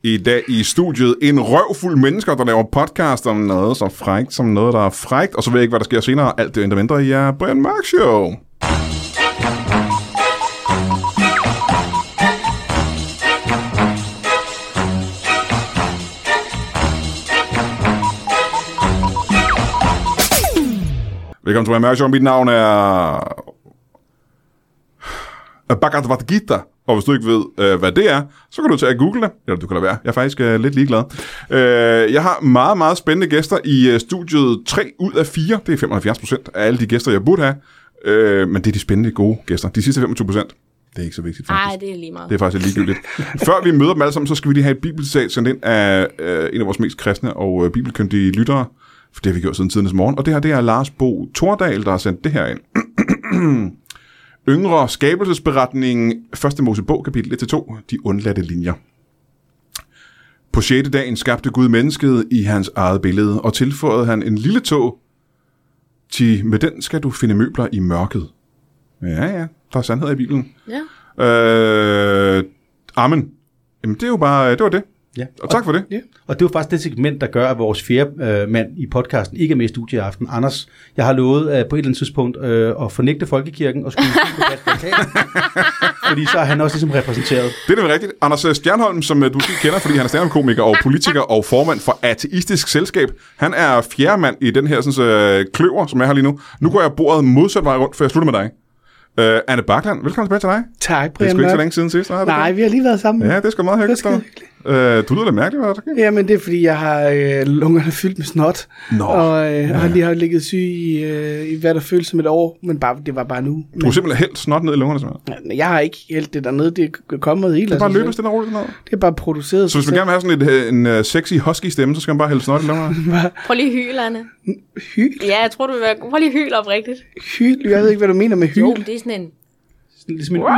I dag i studiet en røvfuld mennesker, der laver podcast om noget så frækt som noget, der er frækt. Og så ved jeg ikke, hvad der sker senere. Alt det mindre i Brian Mørk Show. Velkommen til Brian Mørk Show. Mit navn er Bhagavad Gita. Og hvis du ikke ved, hvad det er, så kan du tage at google det. Eller du kan lade være. Jeg er faktisk lidt ligeglad. Jeg har meget, meget spændende gæster i studiet. 3 ud af 4. Det er 75% af alle de gæster, jeg burde have. Men det er de spændende, gode gæster. De sidste 25%, det er ikke så vigtigt, faktisk. Nej, det er lige meget. Det er faktisk ligegyldigt. Før vi møder dem alle sammen, så skal vi lige have et bibelcitat sendt ind af en af vores mest kristne og bibelkyndige lyttere. For det har vi gjort siden tidernes morgen. Og det her, det er Lars Bo Tordal, der har sendt det her ind. Yngre skabelsesberetningen, 1. Mosebog, kapitel 1-2, de undladte linjer. På 6. dagen skabte Gud mennesket i hans eget billede, og tilføjede han en lille tå, til med den skal du finde møbler i mørket. Ja, der er sandhed i Bibelen. Ja. Amen. Jamen, det er jo bare, det var det. Ja. Og tak for det. Ja. Og det er jo faktisk det segment, der gør, at vores fjerde mand i podcasten ikke er med i studiet i aften. Anders, jeg har lovet på et eller andet tidspunkt at fornægte folkekirken og skulle på fordi så er han også ligesom repræsenteret. Det er nemlig rigtigt. Anders Stjernholm, som du kender, fordi han er stand-up-komiker og politiker og formand for Ateistisk Selskab. Han er fjerde mand i den her sådan, kløver, som jeg har lige nu. Nu går jeg bordet modsat vej rundt, for jeg slutter med dig. Anne Bakland, velkommen tilbage til dig. Tak, Brian. Det er sgu ikke så længe siden sidst. Nej, vi har lige været sammen. Ja, det er sgu meget hyggeligt. Du lyder lidt mærkeligt, hvad der sker? Jamen, det er fordi, jeg har lungerne fyldt med snot. Og har lige har ligget syg i hvad der føles som et år. Men det var bare nu. Du har simpelthen hældt snot ned i lungerne? Ja, jeg har ikke hældt det dernede. Det er kommet helt. Det er bare løbet stille og roligt ned. Det er bare produceret. Så hvis man gerne vil have sådan en sexy husky stemme, så skal man bare hælde snot i lungerne? Prøv lige hyl, Anne. Hyl? Ja, jeg tror, du vil være... Prøv lige hyl oprigtigt. Hyl? Jeg ved ikke, hvad du mener med hyl. Jo, det er sådan en... Ligesom en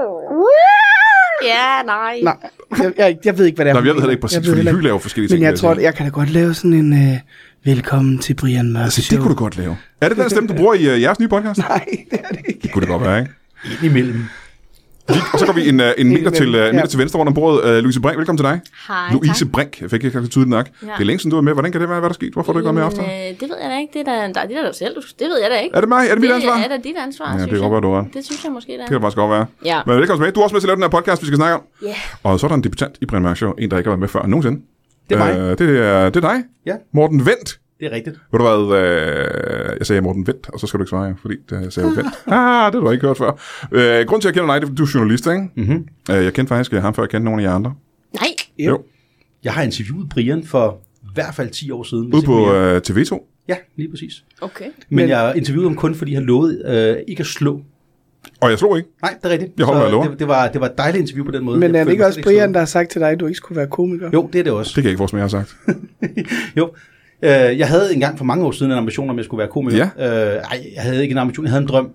Ja, nej. Nej, jeg ved ikke, hvad det er. Nej, jeg ved heller ikke præcis, fordi hyl laver forskellige ting. Men jeg tror, jeg kan da godt lave sådan en velkommen til Brian Mørk Show. Det kunne du godt lave. Er det den stemme, du bruger i jeres nye podcast? Nej, det er det ikke. Det kunne det godt være, ikke? imellem. Og så går vi en meter til venstre rundt om bordet. Louise Brink, velkommen til dig. Hej, Louise Brink, jeg fik ikke sagt tydeligt nok. Ja. Det er længe siden, du var med. Hvordan kan det være, hvad der skete? Hvorfor har du ikke været med ofte? Det ved jeg da ikke. Det er da selv. Det ved jeg da ikke. Er det mig? Er det mit ansvar? Det er da dit ansvar, ja, det kan godt være, du er. Det synes jeg måske, det er. Det kan faktisk godt være. Ja. Men velkommen tilbage. Du er også med til at lave den her podcast, vi skal snakke om. Ja. Yeah. Og så er der en debutant i Brian Mørk Show. En, der ikke har været med før nogensinde. Det er mig. Det er dig. Ja. Morten Wendt. Det er rigtigt. Ved du hvad, jeg sagde Morten Wendt, og så skal du ikke svare, fordi jeg sagde Wendt. Det har du ikke hørt før. Grunden til, at jeg kender dig, det er, du er journalist, ikke? Mm-hmm. Jeg kendte faktisk ham, før jeg kendte nogle af jer andre. Nej. Jo. Jeg har interviewet Brian for i hvert fald 10 år siden. Ude på TV2? Ja, lige præcis. Okay. Men jeg interviewede ham kun, fordi han lovede ikke at slå. Og jeg slog ikke. Nej, det er rigtigt. Jeg holder med at love. Det var et dejligt interview på den måde. Men er det ikke også Brian, der har sagt til dig, at du ikke skulle være komiker? Jo, det er det også. Det kan jeg ikke forstå, jeg har sagt. Jo. Jeg havde engang for mange år siden en ambition om, at jeg skulle være komiker. Ja. Jeg havde ikke en ambition, jeg havde en drøm.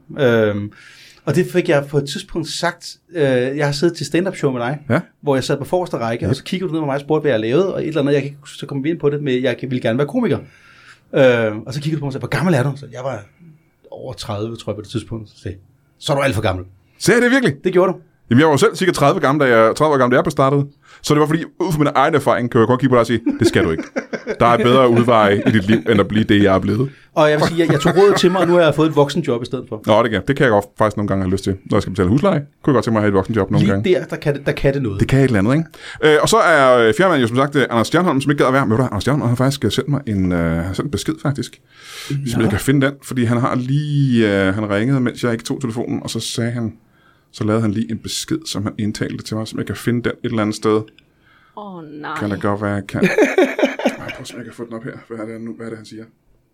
Og det fik jeg på et tidspunkt sagt. Jeg har siddet til stand-up show med dig, ja. Hvor jeg sad på forreste række, og så kiggede du ned på mig og spurgte, hvad jeg lavede, og et eller andet, så kom vi ind på det med, jeg ville gerne være komiker. Og så kiggede du på mig og sagde, hvor gammel er du? Så jeg var over 30, tror jeg, på det tidspunkt. Så er du alt for gammel. Sagde det virkelig? Det gjorde du. Jamen, jeg var selv cirka 30 år gammel, da jeg blev startet. Så det var fordi, ud fra min egen erfaring, kan jeg godt kigge på dig og sige, det skal du ikke. Der er bedre udveje i dit liv, end at blive det, jeg er blevet. Og jeg vil sige, jeg tog rådet til mig, og nu har jeg fået et voksenjob i stedet for. Nå, det kan jeg godt faktisk nogle gange have lyst til. Når jeg skal betale husleje, kunne jeg godt tænke mig at have et voksenjob nogle gange. Lige der kan det noget. Det kan et eller andet, ikke? Og så er fjerdemanden jo som sagt Anders Stjernholm, som ikke gad at være med dig. Anders Stjernholm har faktisk sendt mig en besked, faktisk. Hvis jeg kan finde den, fordi han har lige... han ringede, mens jeg ikke tog telefonen, og så sagde han... Så lavede han lige en besked, som han indtalte til mig, som jeg kan finde den et eller andet sted. Nej. Kan det godt være, jeg kan. Jeg prøver, så jeg kan få den op her. Hvad er det, han siger?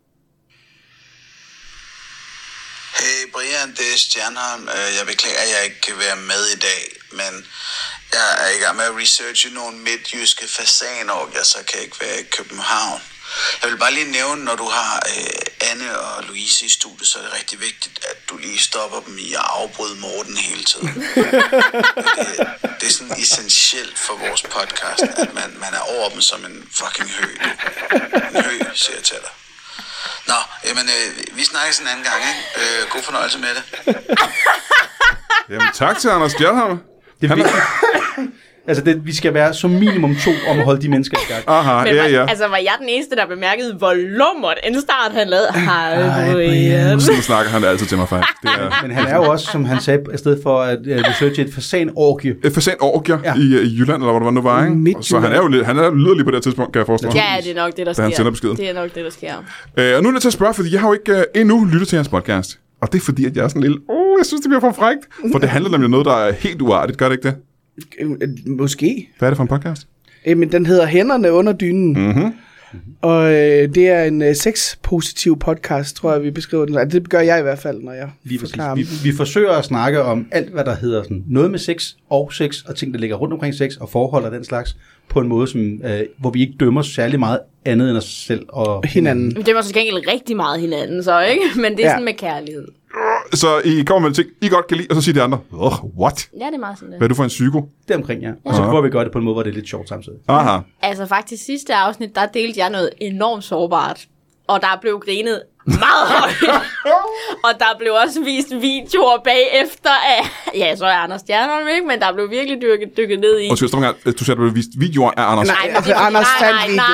Hey Brian, det er Stjernholm. Jeg beklager, at jeg ikke kan være med i dag, men jeg er i gang med at researche nogle midtjyske fasanorgier, så kan jeg ikke være i København. Jeg vil bare lige nævne, når du har Anne og Louise i studiet, så er det rigtig vigtigt, at du lige stopper dem i at afbryde Morten hele tiden. Det er sådan essentielt for vores podcast, at man er over dem som en fucking hø. En hø, siger jeg til dig. Nå, jamen, vi snakkes en anden gang, ikke? God fornøjelse med det. Jamen, tak til Anders Stjernholm. Altså, vi skal være som minimum 2 om at holde de mennesker i gang. Aha, Men ja. altså, var jeg den eneste, der bemærkede, hvor lummert en start han lavede? Hej, Brian. Sådan snakker han altid til mig, faktisk. Det er Men han er jo også, som han sagde, i stedet for at researche et fasanorgie. et fasanorgier Ja. i Jylland, eller hvor det nu var, ikke? Midtjylland. Så han er jo lyder lige på det tidspunkt, kan jeg forestille mig. Ja, det er nok det, der Da han sender sker. beskeden. Det er nok det, der sker. Og nu er jeg til at spørge, fordi jeg har jo ikke endnu lyttet til jeres podcast. Og det er fordi, at jeg er sådan en lille, jeg synes, det bliver for frækt. For det handler nemlig om noget, der er helt uartigt, gør det ikke det? Måske. Hvad er det for en podcast? Men den hedder Hænderne under dynen. Mhm. Og det er en sexpositiv podcast, tror jeg, vi beskriver den. Altså, det gør jeg i hvert fald, når jeg forklarer dem. Vi forsøger at snakke om alt, hvad der hedder sådan noget med sex og ting, der ligger rundt omkring sex og forhold og den slags, på en måde, som, hvor vi ikke dømmer særlig meget andet end os selv og Hinanden. Det var så gengæld rigtig meget hinanden, så ikke? Men det er Ja. sådan med kærlighed. Så I kommer med ting, I godt kan lide, og så siger de andre, what? Ja, det er meget sådan Hvad det. er du for en psyko? det omkring, ja. Og så prøver vi at gøre det på en måde, hvor det er lidt sjovt samtidig. Aha. Altså faktisk sidste afsnit, der delte jeg noget enormt sårbart. Og der blev grinet meget højt. Og der blev også vist videoer bagefter af... Ja, så er Anders Stjernholm ikke, men der blev virkelig dykket ned i... Og så du sagde, at du ville vist videoer af Anders. Nej, men altså, det er fordi- Anders fandt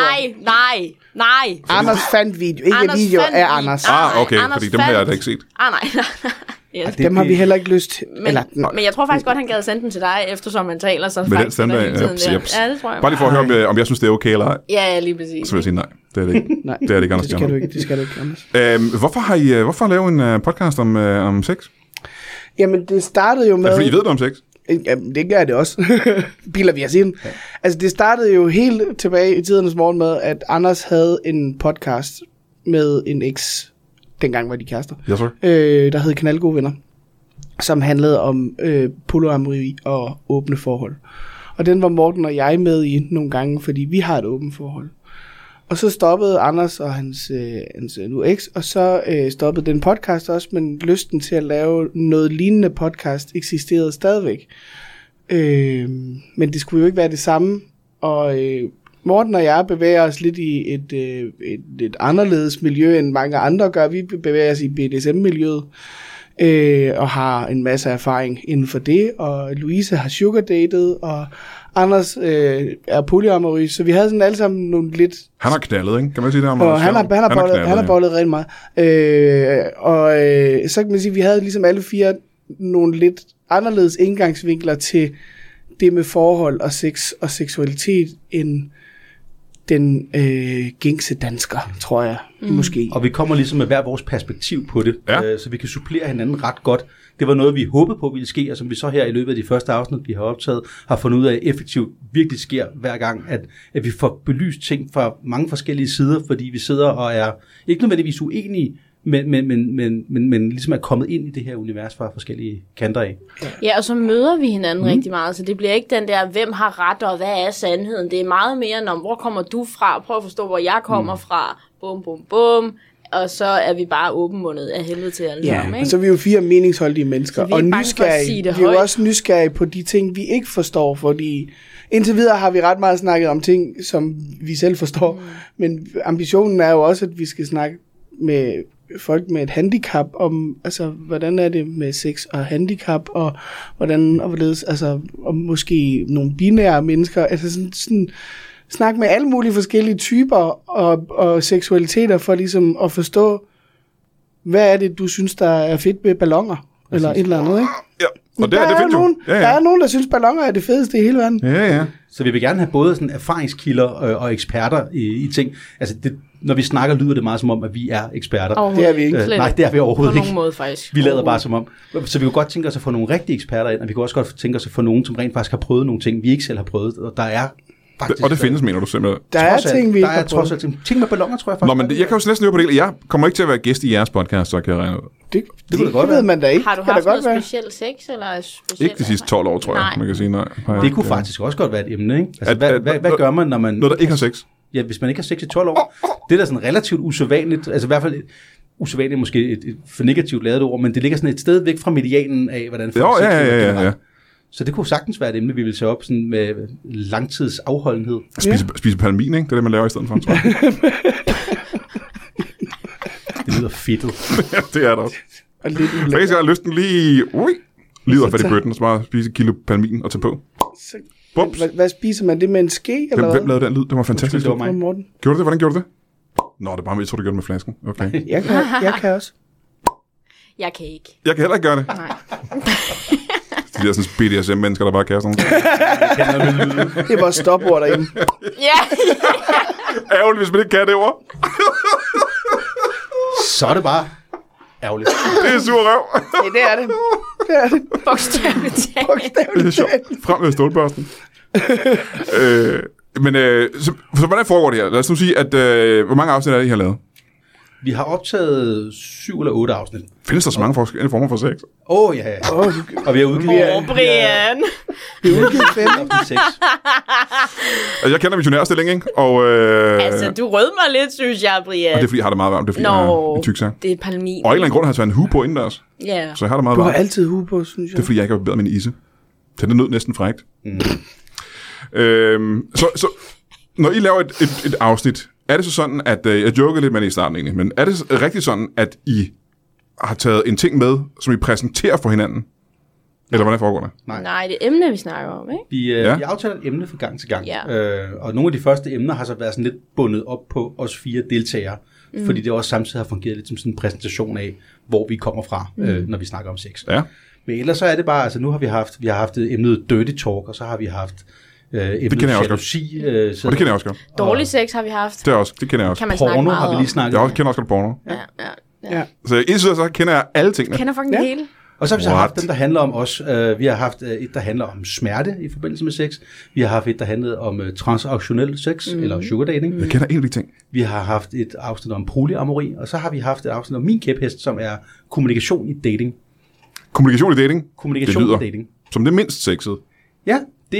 nej. Anders fandt video, ikke Anders video fandt af video. Anders. Okay, Anders fordi dem har jeg fandt- da ikke set. Nej. Yes. Dem har vi heller ikke lyst til. Men jeg tror faktisk godt, han gad sende den til dig, eftersom man taler så Med den faktisk standard, hele tiden der. jeps. Ja, det tror jeg. Bare lige for at høre, om jeg synes, det er okay eller ej. Ja, lige præcis. Så vil jeg sige nej. Det er det ikke. Nej, Det er det ikke, Anders det skal du Stjernholm. ikke. Det skal du ikke, Anders. Hvorfor lave en podcast om sex? Jamen, det startede jo med... Er det fordi, I ved noget om sex? Jamen, det gør det også. Biler vi os ind. Ja. Altså, det startede jo helt tilbage i tidernes morgen med, at Anders havde en podcast med en eks, dengang var de kærester, Ja, så. der hed Knaldgode Venner, som handlede om polyamori og åbne forhold. Og den var Morten og jeg med i nogle gange, fordi vi har et åbent forhold. Og så stoppede Anders og hans nu eks, og så stoppede den podcast også, men lysten til at lave noget lignende podcast eksisterede stadigvæk. Men det skulle jo ikke være det samme, og Morten og jeg bevæger os lidt i et anderledes miljø, end mange andre gør. Vi bevæger os i BDSM-miljøet, og har en masse erfaring inden for det, og Louise har sugardatet, og Anders er polyamorøs, så vi havde sådan alle sammen nogle lidt... Han har knaldet, ikke? Kan man sige det om Og han knaldet, har bollet rigtig meget. Så kan man sige, at vi havde ligesom alle 4 nogle lidt anderledes indgangsvinkler til det med forhold og sex og seksualitet end den gængse dansker, tror jeg, måske. Og vi kommer ligesom med hver vores perspektiv på det, Ja. så vi kan supplere hinanden ret godt. Det var noget, vi håbede på ville ske, og som vi så her i løbet af de første afsnit, vi har optaget, har fundet ud af, at effektivt virkelig sker hver gang, at vi får belyst ting fra mange forskellige sider, fordi vi sidder og er ikke nødvendigvis uenige, men ligesom er kommet ind i det her univers fra forskellige kanter af. Ja, og så møder vi hinanden rigtig meget, så det bliver ikke den der, hvem har ret, og hvad er sandheden. Det er meget mere om, hvor kommer du fra? Prøv at forstå, hvor jeg kommer fra. Bum, bum, bum. Og så er vi bare åbenmundet af helvede til alle sammen, Ja, ikke? og så er vi jo 4 meningsholdige mennesker, Så vi er og ikke bange for at sige nysgerrige. det Vi er jo højt. også nysgerrige på de ting, vi ikke forstår, fordi indtil videre har vi ret meget snakket om ting, som vi selv forstår, men ambitionen er jo også, at vi skal snakke med folk med et handicap om, altså, hvordan er det med sex og handicap, og hvordan og hvorledes, altså, og måske nogle binære mennesker, altså sådan snak med alle mulige forskellige typer og seksualiteter, for ligesom at forstå, hvad er det, du synes, der er fedt ved balloner, eller et eller andet, ikke? Ja, og det der findes jo. nogen, Ja. Der er nogen, der synes, balloner er det fedeste i hele verden. Ja. Så vi vil gerne have både sådan erfaringskilder og eksperter i ting. Altså når vi snakker, lyder det meget som om, at vi er eksperter. Det er vi ikke. Slet Nej, det er vi overhovedet på ikke. nogen måde, faktisk. Vi lader bare som om. Så vi kunne godt tænke os at få nogle rigtige eksperter ind, og vi kunne også godt tænke os at få nogen, som rent faktisk har prøvet nogle ting, vi ikke selv har prøvet. Og der er faktisk... Og det findes, mener du simpelthen? Der er ting, vi ikke Der er har trods prøvet. alt ting med balloner, tror jeg Nå, faktisk. men jeg kan jo næsten høre på det. Jeg kommer ikke til at være gæst i jeres podcast, så kan jeg regne ud. Det kunne da godt ved være. man da ikke. Har du Kan haft da godt noget være. specielt sex, eller specielt? Ikke de sidste 12 år, tror jeg, Nej. man kan sige nej. Det kunne faktisk også godt være et emne, ikke? Altså, At- hvad gør man, når man... Noget, der ikke har sex. Ja, hvis man ikke har sex i 12 år, det er da sådan relativt usædvanligt, altså i hvert fald usædvanligt måske et for negativt lavet ord, men det ligger sådan et sted væk fra medianen af, hvordan folk Jo, sex lever ja. generelt. Så det kunne sagtens være et emne, vi ville tage op sådan med langtidsafholdenhed. Spise palmin, ikke? Det er det, man laver i stedet for, tror jeg. Det lyder fedtet. Ja, det er der også. Og lidt Så ulækkert. jeg har lysten lige... lider fat i bøtten, og så bare spise et kilo palmin og tage på. Så Bums. Hvad spiser man? Det med en ske, eller Hvem lavede den lyd? Det var fantastisk. Det var mig. Morten. Gjorde du det? Hvordan gjorde du det? Nå, det er bare mig, jeg tror, du gjorde det med flasken. Okay. Jeg kan også. Jeg kan ikke. Jeg kan heller ikke gøre det. Nej. De der sådan BDSM-mennesker, der bare kaster nogle. Det er bare stopord derinde. Ja. Ærgerligt, hvis man ikke kan det ord. Så er det bare ærgerligt. Det er sur røv. Ja, det er det. Det er det. Bogstaveligt talt. Det er sjovt. Frem med stålbørsten. Så hvordan foregår det her? Lad os nu sige, at hvor mange afsnit er det, I har lavet? Vi har optaget 7 eller 8 afsnit. Findes der så mange forskellige former for sex? Ja. Og vi har udgivet... Brian. Vi er udgivet 5. afsnit 6. Altså, jeg kender missionærstilling, ikke? Og, Altså, du rødmer lidt, synes jeg, Brian. og det er fordi, jeg har det meget varmt. Det er fordi, jeg er tyksag. Det er palmin. Og af en eller anden grund har jeg taget en hue på indendørs. Ja. Så jeg har det meget Du har varmt. altid hue på, synes jeg. Det er fordi, jeg ikke har barberet min isse. Den er nødt næsten frækt. Så når I laver et afsnit, er det så sådan, at jeg jokede lidt med det i starten egentlig, men er det rigtig sådan, at I har taget en ting med, som I præsenterer for hinanden? Eller hvordan foregår det? Nej, det er emne, vi snakker om, ikke? Vi aftaler et emne fra gang til gang. Ja. Og nogle af de første emner har så været sådan lidt bundet op på os 4 deltagere, fordi det også samtidig har fungeret lidt som sådan en præsentation af, hvor vi kommer fra, når vi snakker om sex. Ja. Men ellers så er det bare, altså nu har vi har haft emnet dirty talk, og så har vi haft emnet jalousi. Og det kender jeg også godt. Dårlig sex har vi haft. Det kender jeg også. Kan man snakke Porno meget har vi lige om. snakket Jeg kender også godt porno. Ja. Så indtil så kender jeg alle tingene. Kender fucking det hele. Og så har vi så What? haft dem, der handler om os. Vi har haft et, der handler om smerte i forbindelse med sex. Vi har haft et, der handlede om transaktionel sex, eller sugar dating. Jeg kender en af de ting. Vi har haft et afsnit om polyamori, og så har vi haft et afsnit om min kæphest, som er kommunikation i dating. Kommunikation i dating. Kommunikation Det lyder i dating. som det mindst sexede. Ja,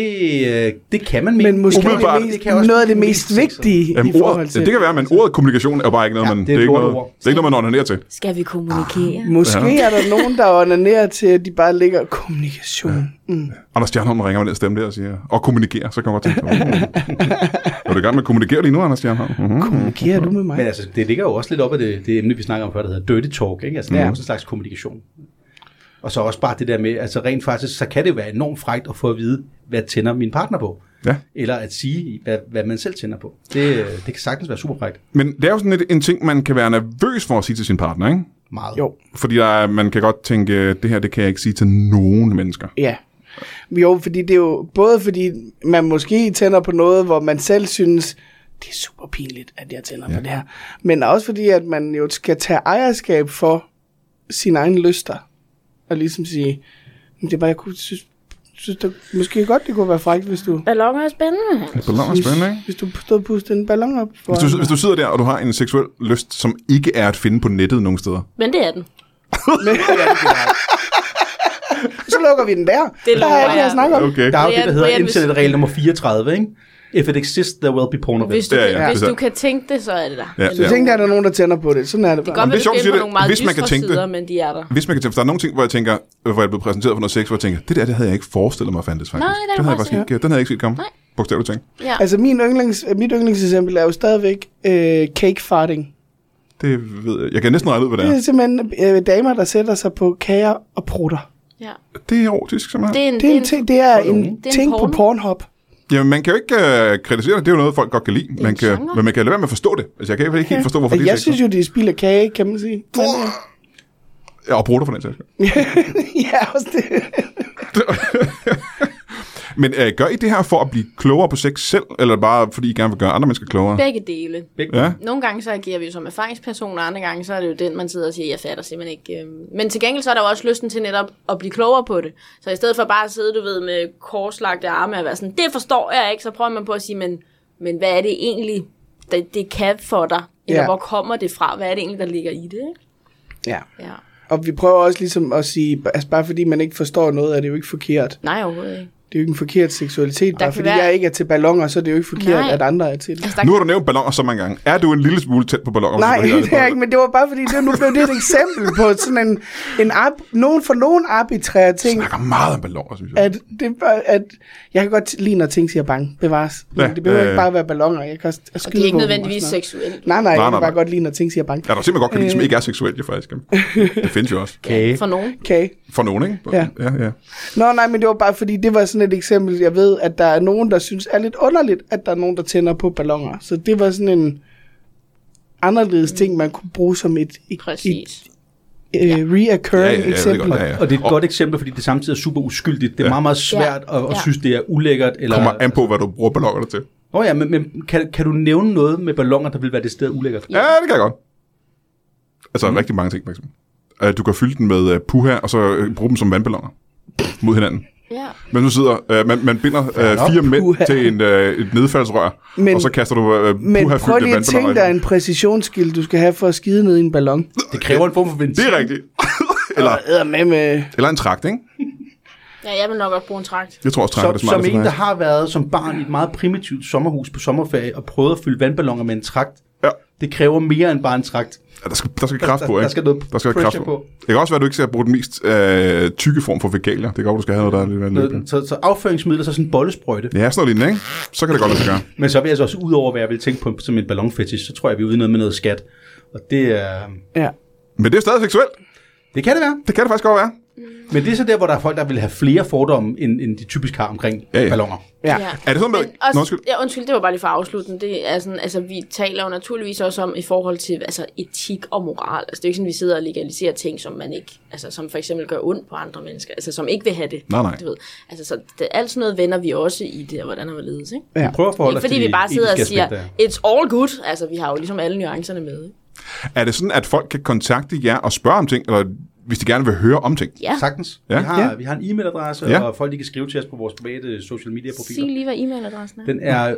det kan man Men måske Umiddelbart. noget af det mest vigtige i forhold til... Det kan være, men ordet kommunikation er bare ikke noget, man... det er et ikke lortet noget, ord. det er ikke noget, man onanerer til. Skal vi kommunikere? Måske er der nogen, der onanerer til, at de bare ligger kommunikation. Anders Stjernholm ringer med den stemme der og siger, og kommunikerer, så kan jeg godt tænke Er du i gang med at kommunikere lige nu, Anders Stjernholm? Kommunikerer du med mig? Men altså, det ligger jo også lidt op af det emne, vi snakker om før, der hedder dirty talk, ikke? Altså, det er også en slags kommunikation. Og så også bare det der med, altså rent faktisk, så kan det jo være enormt frækt at få at vide, hvad tænder min partner på. Ja. Eller at sige, hvad man selv tænder på. Det kan sagtens være super frækt. Men det er jo sådan en ting, man kan være nervøs for at sige til sin partner, ikke? Meget. Jo. Fordi man kan godt tænke, det her, det kan jeg ikke sige til nogen mennesker. Ja. Jo, fordi det er jo både fordi, man måske tænder på noget, hvor man selv synes, det er super pinligt, at jeg tænder på det her. Men også fordi, at man jo skal tage ejerskab for sine egne lyster. Og ligesom sige, det er bare, jeg kunne synes det, måske godt, det kunne være frækt, hvis du... Balloner er spændende. Balloner er spændende, ikke? Hvis du stod og pustede en ballon op. Hvis du sidder der, og du har en seksuel lyst, som ikke er at finde på nettet nogen steder. Men det er den. Så lukker vi den der. Det der er lukker ikke at snakke om. Okay. Der er jo det, der hedder Brian, internetregel nummer 34, ikke? If it exists, there will be porn of Hvis it. du, Ja, hvis det er du kan tænke det, så er det der. Ja, Så tænkte jeg, at der er nogen, der tænder på det. Sådan er det Det kan bare. godt være, det er sjovt, du at bliver sige på det. nogle meget Hvis man kan dystre tænke det. sider, men de er der. Hvis man kan tænke, for der er nogle ting, hvor jeg tænker, hvor jeg blev præsenteret for noget sex, hvor jeg tænker, det havde jeg ikke forestillet mig fandtes faktisk. Nej, det er den havde jeg faktisk faktisk ikke, den havde jeg ikke set komme. Bogstaveligt tænkt. Ja. Altså mit yndlingseksempel er jo stadigvæk cake farting. Det ved jeg. Jeg kan næsten regne ud, hvad det Det er. er simpelthen damer, der sætter sig på kager og prutter. Ja. Det er erotisk, simpelthen. Det er en ting, det er en det er en ting på porno. Pornhub. Jamen, man kan jo ikke kritisere det. Det er jo noget, folk godt kan lide. Men man kan lade være med at forstå det. Altså, jeg kan ikke helt forstå, hvorfor det er Jeg synes jo, det er spild af kage, kan man sige. Men, Ja, og bruger det for den sags. ja, også det. Men gør I det her for at blive klogere på sex selv, eller bare fordi I gerne vil gøre andre mennesker klogere? Begge dele. Ja. Nogle gange så agerer vi jo som erfaringspersoner, andre gange så er det jo den, man sidder og siger, jeg fatter simpelthen ikke. Men til gengæld så er der jo også lysten til netop at blive klogere på det. Så i stedet for bare at sidde, du ved, med korslagte arme og være sådan, det forstår jeg ikke, så prøver man på at sige, men hvad er det egentlig, det kan for dig? Eller hvor kommer det fra? Hvad er det egentlig, der ligger i det? Ikke? Ja. Ja. Og vi prøver også ligesom at sige, altså bare fordi man ikke forstår noget, er det jo ikke forkert. Nej, overhovedet ikke. Det er jo ikke en forkert seksualitet. Bare kan fordi være- jeg ikke er til balloner, så er det jo ikke forkert, Nej. at andre er til det. Altså, Nu har du nævnt balloner så mange gange. Er du en lille smule tæt på balloner? Nej, det er ikke, men det var bare fordi, nu blev det et eksempel på sådan nogen arbitrære ting, Jeg snakker meget om balloner, synes jeg. at jeg kan godt lide, når ting siger bang, bevares. Men Ja, det behøver ikke bare være balloner. Jeg kan også og skyde det er ikke på dem og nødvendigvis sådan noget. seksuelt. Nej, jeg kan nej. bare godt lide, når ting siger bang. Ja, der er simpelthen godt kan lide, som ikke er seksuelt, jo faktisk. Det findes jo også. Kage. For nogen. Okay. For nogen, ikke? Ja. Ja. Nå, nej, men det var bare fordi, det var sådan et eksempel, jeg ved, at der er nogen, der synes er lidt underligt, at der er nogen, der tænder på balloner. Så det var sådan en anderledes ting, man kunne bruge som et reoccurring eksempel. Og det er et godt eksempel, fordi det samtidig er super uskyldigt. Det er meget, meget svært at synes, det er ulækkert. Eller kommer an på, hvad du bruger balloner til. Men kan du nævne noget med balloner, der vil være det sted ulækkert? Ja, det kan jeg godt. Altså rigtig mange ting, for eksempel. Du kan fylde den med puha, og så bruge dem som vandballoner mod hinanden. Ja. Men nu sidder, man binder 4 mænd til et nedfaldsrør, og så kaster du puha fyldt men prøv lige at tænke dig en præcisionsskill, du skal have for at skide ned i en ballon. Det kræver en form for ventil. Det er rigtigt. eller en trakt, ikke? Ja, jeg vil nok godt bruge en trakt. Jeg tror også, trakt er smart. Som en, der har været som barn i et meget primitivt sommerhus på sommerferie og prøvet at fylde vandballoner med en trakt, det kræver mere end bare en trakt. Ja, der skal kraft på, ikke? Der skal kraft på. Det kan også være, at du ikke skal bruge den mest tykke form for fækalier. Det kan godt, du skal have noget, der er lidt... Så afføringsmidler, så sådan en bollesprøjte. Ja, sådan noget lignende, ikke? Så kan det godt lade sig gøre. Men så vil jeg så også ud over, hvad jeg vil tænke på som en ballonfetish, så tror jeg, vi er ude med noget skat. Og det er... Ja. Men det er stadig seksuelt. Det kan det være. Det kan det faktisk godt være. Men det er så der, hvor der er folk, der vil have flere fordomme, end de typisk har omkring balloner. Ja. Er det sådan med... Undskyld, det var bare lige for afslutningen. Det er sådan, altså, vi taler jo naturligvis også om i forhold til etik og moral. Altså, det er jo ikke sådan, vi sidder og legaliserer ting, som man ikke, altså, som for eksempel gør ondt på andre mennesker, altså, som ikke vil have det. Nej. Du ved. Altså, så alt sådan noget vender vi også i det, og hvordan der ledes, ikke? Ja. Prøv at forholde os til fordi vi bare sidder og siger, aspekter. it's all good. Altså, vi har jo ligesom alle nuancerne med, ikke? Er det sådan, at folk kan kontakte jer og spørge om ting, eller hvis de gerne vil høre om ting? Ja. Sagtens. Ja. Vi har en e-mailadresse, og folk de kan skrive til os på vores private social media profiler. Sig lige, hvad e-mailadressen er. Den er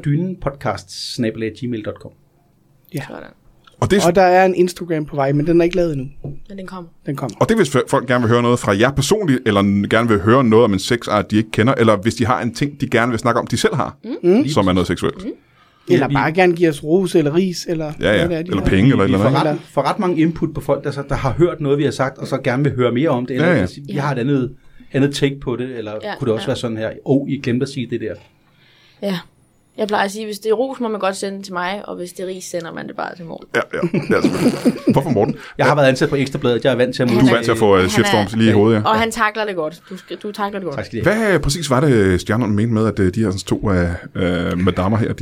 underdynenpodcast@gmail.com. Ja. Sådan. Og der er en Instagram på vej, men den er ikke lavet endnu. Men den kommer. Og det er, hvis folk gerne vil høre noget fra jer personligt, eller gerne vil høre noget om en sexart, de ikke kender, eller hvis de har en ting, de gerne vil snakke om, de selv har, som er noget seksuelt. Eller bare gerne give os ros eller ris, eller eller penge, eller noget. Vi får ret mange input på folk, der har hørt noget, vi har sagt, og så gerne vil høre mere om det, eller vi har et andet take på det, eller kunne det også være sådan her, I glemte at sige det der. Ja. Jeg plejer at sige, hvis det er ros, må man godt sende til mig, og hvis det er ris, sender man det bare til Morten. Ja. Hvorfor Morten? Jeg har været ansat på Ekstrabladet, jeg er vant til at Du er vant til at få shitstorms lige i hovedet, ja. Og han takler det godt. Du takler det godt. Hvad præcis var det, stjernerne mente med, at de her to madammer her,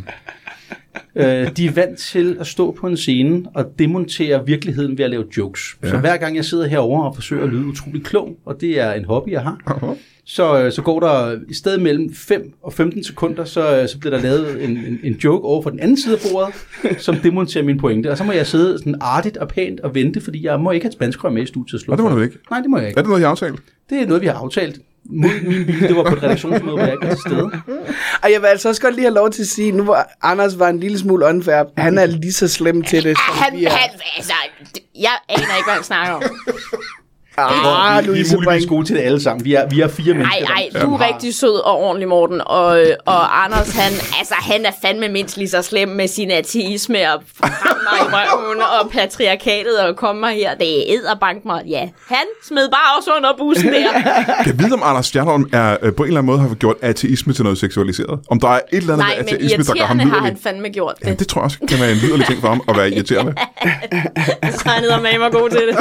de er vant til at stå på en scene og demontere virkeligheden ved at lave jokes. Ja. Så hver gang jeg sidder herovre og forsøger at lyde utrolig klog, og det er en hobby, jeg har, så går der i stedet mellem 5 og 15 sekunder, så bliver der lavet en joke over for den anden side af bordet, som demonterer min pointe. Og så må jeg sidde sådan artigt og pænt og vente, fordi jeg må ikke have spanskrør med i studiet. Og det må du ikke? Nej, det må jeg ikke. Er det noget, I har aftalt? Det er noget, vi har aftalt. Mod min bil, det var på et redaktionsmøde, hvor jeg ikke var til stede. Og jeg vil altså også godt lige have lov til at sige, nu hvor Anders var en lille smule unfair, han er lige så slem til det, som vi er. Jeg aner ikke, hvad han snakker om. Vi er muligvis gode til det alle sammen. Vi er 4 mennesker. Nej, du er rigtig sød og ordentlig, Morten. Og Anders, han er fandme mindst lige så slem med sin ateisme og mig i røven og patriarkatet og kommer her. Det er edderbank mig. Ja, han smed bare også under bussen der. Jeg ved, om Anders Stjernholm er på en eller anden måde har gjort ateisme til noget seksualiseret. Om der er et eller andet ateisme, der gør ham har han fandme gjort det. Ja, det tror jeg også kan være en liderlig ting for ham at være irriterende. Så han er med god til det.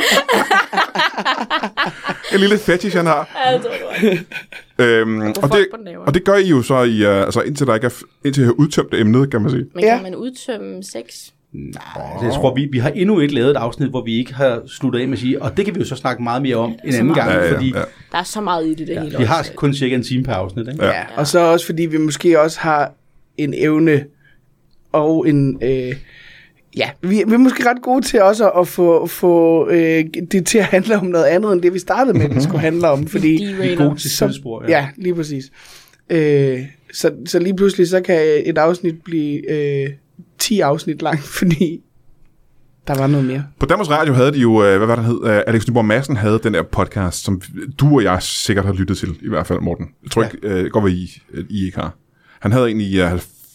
En lille fetish, han har. Og det gør I jo så i, indtil der ikke er indtil har udtømt emnet, kan man sige. Men kan man udtømme sex? Nej, jeg tror, vi har endnu ikke lavet et afsnit, hvor vi ikke har sluttet af med at sige, og det kan vi jo så snakke meget mere om en anden gang, fordi der er så meget i det hele. Vi har kun cirka en time per afsnit, ikke? Ja, og så også fordi vi måske også har en evne og en... vi er måske ret gode til også at få det til at handle om noget andet, end det vi startede med, det skulle handle om. Fordi vi er gode til sidespor. Ja, lige præcis. Så lige pludselig, så kan et afsnit blive 10 afsnit langt, fordi der var noget mere. På Danmarks Radio havde de jo, hvad var det hed, Alex Nyborg Madsen havde den der podcast, som du og jeg sikkert har lyttet til, i hvert fald, Morten. Jeg tror ikke, godt hvad I ikke har. Han havde en i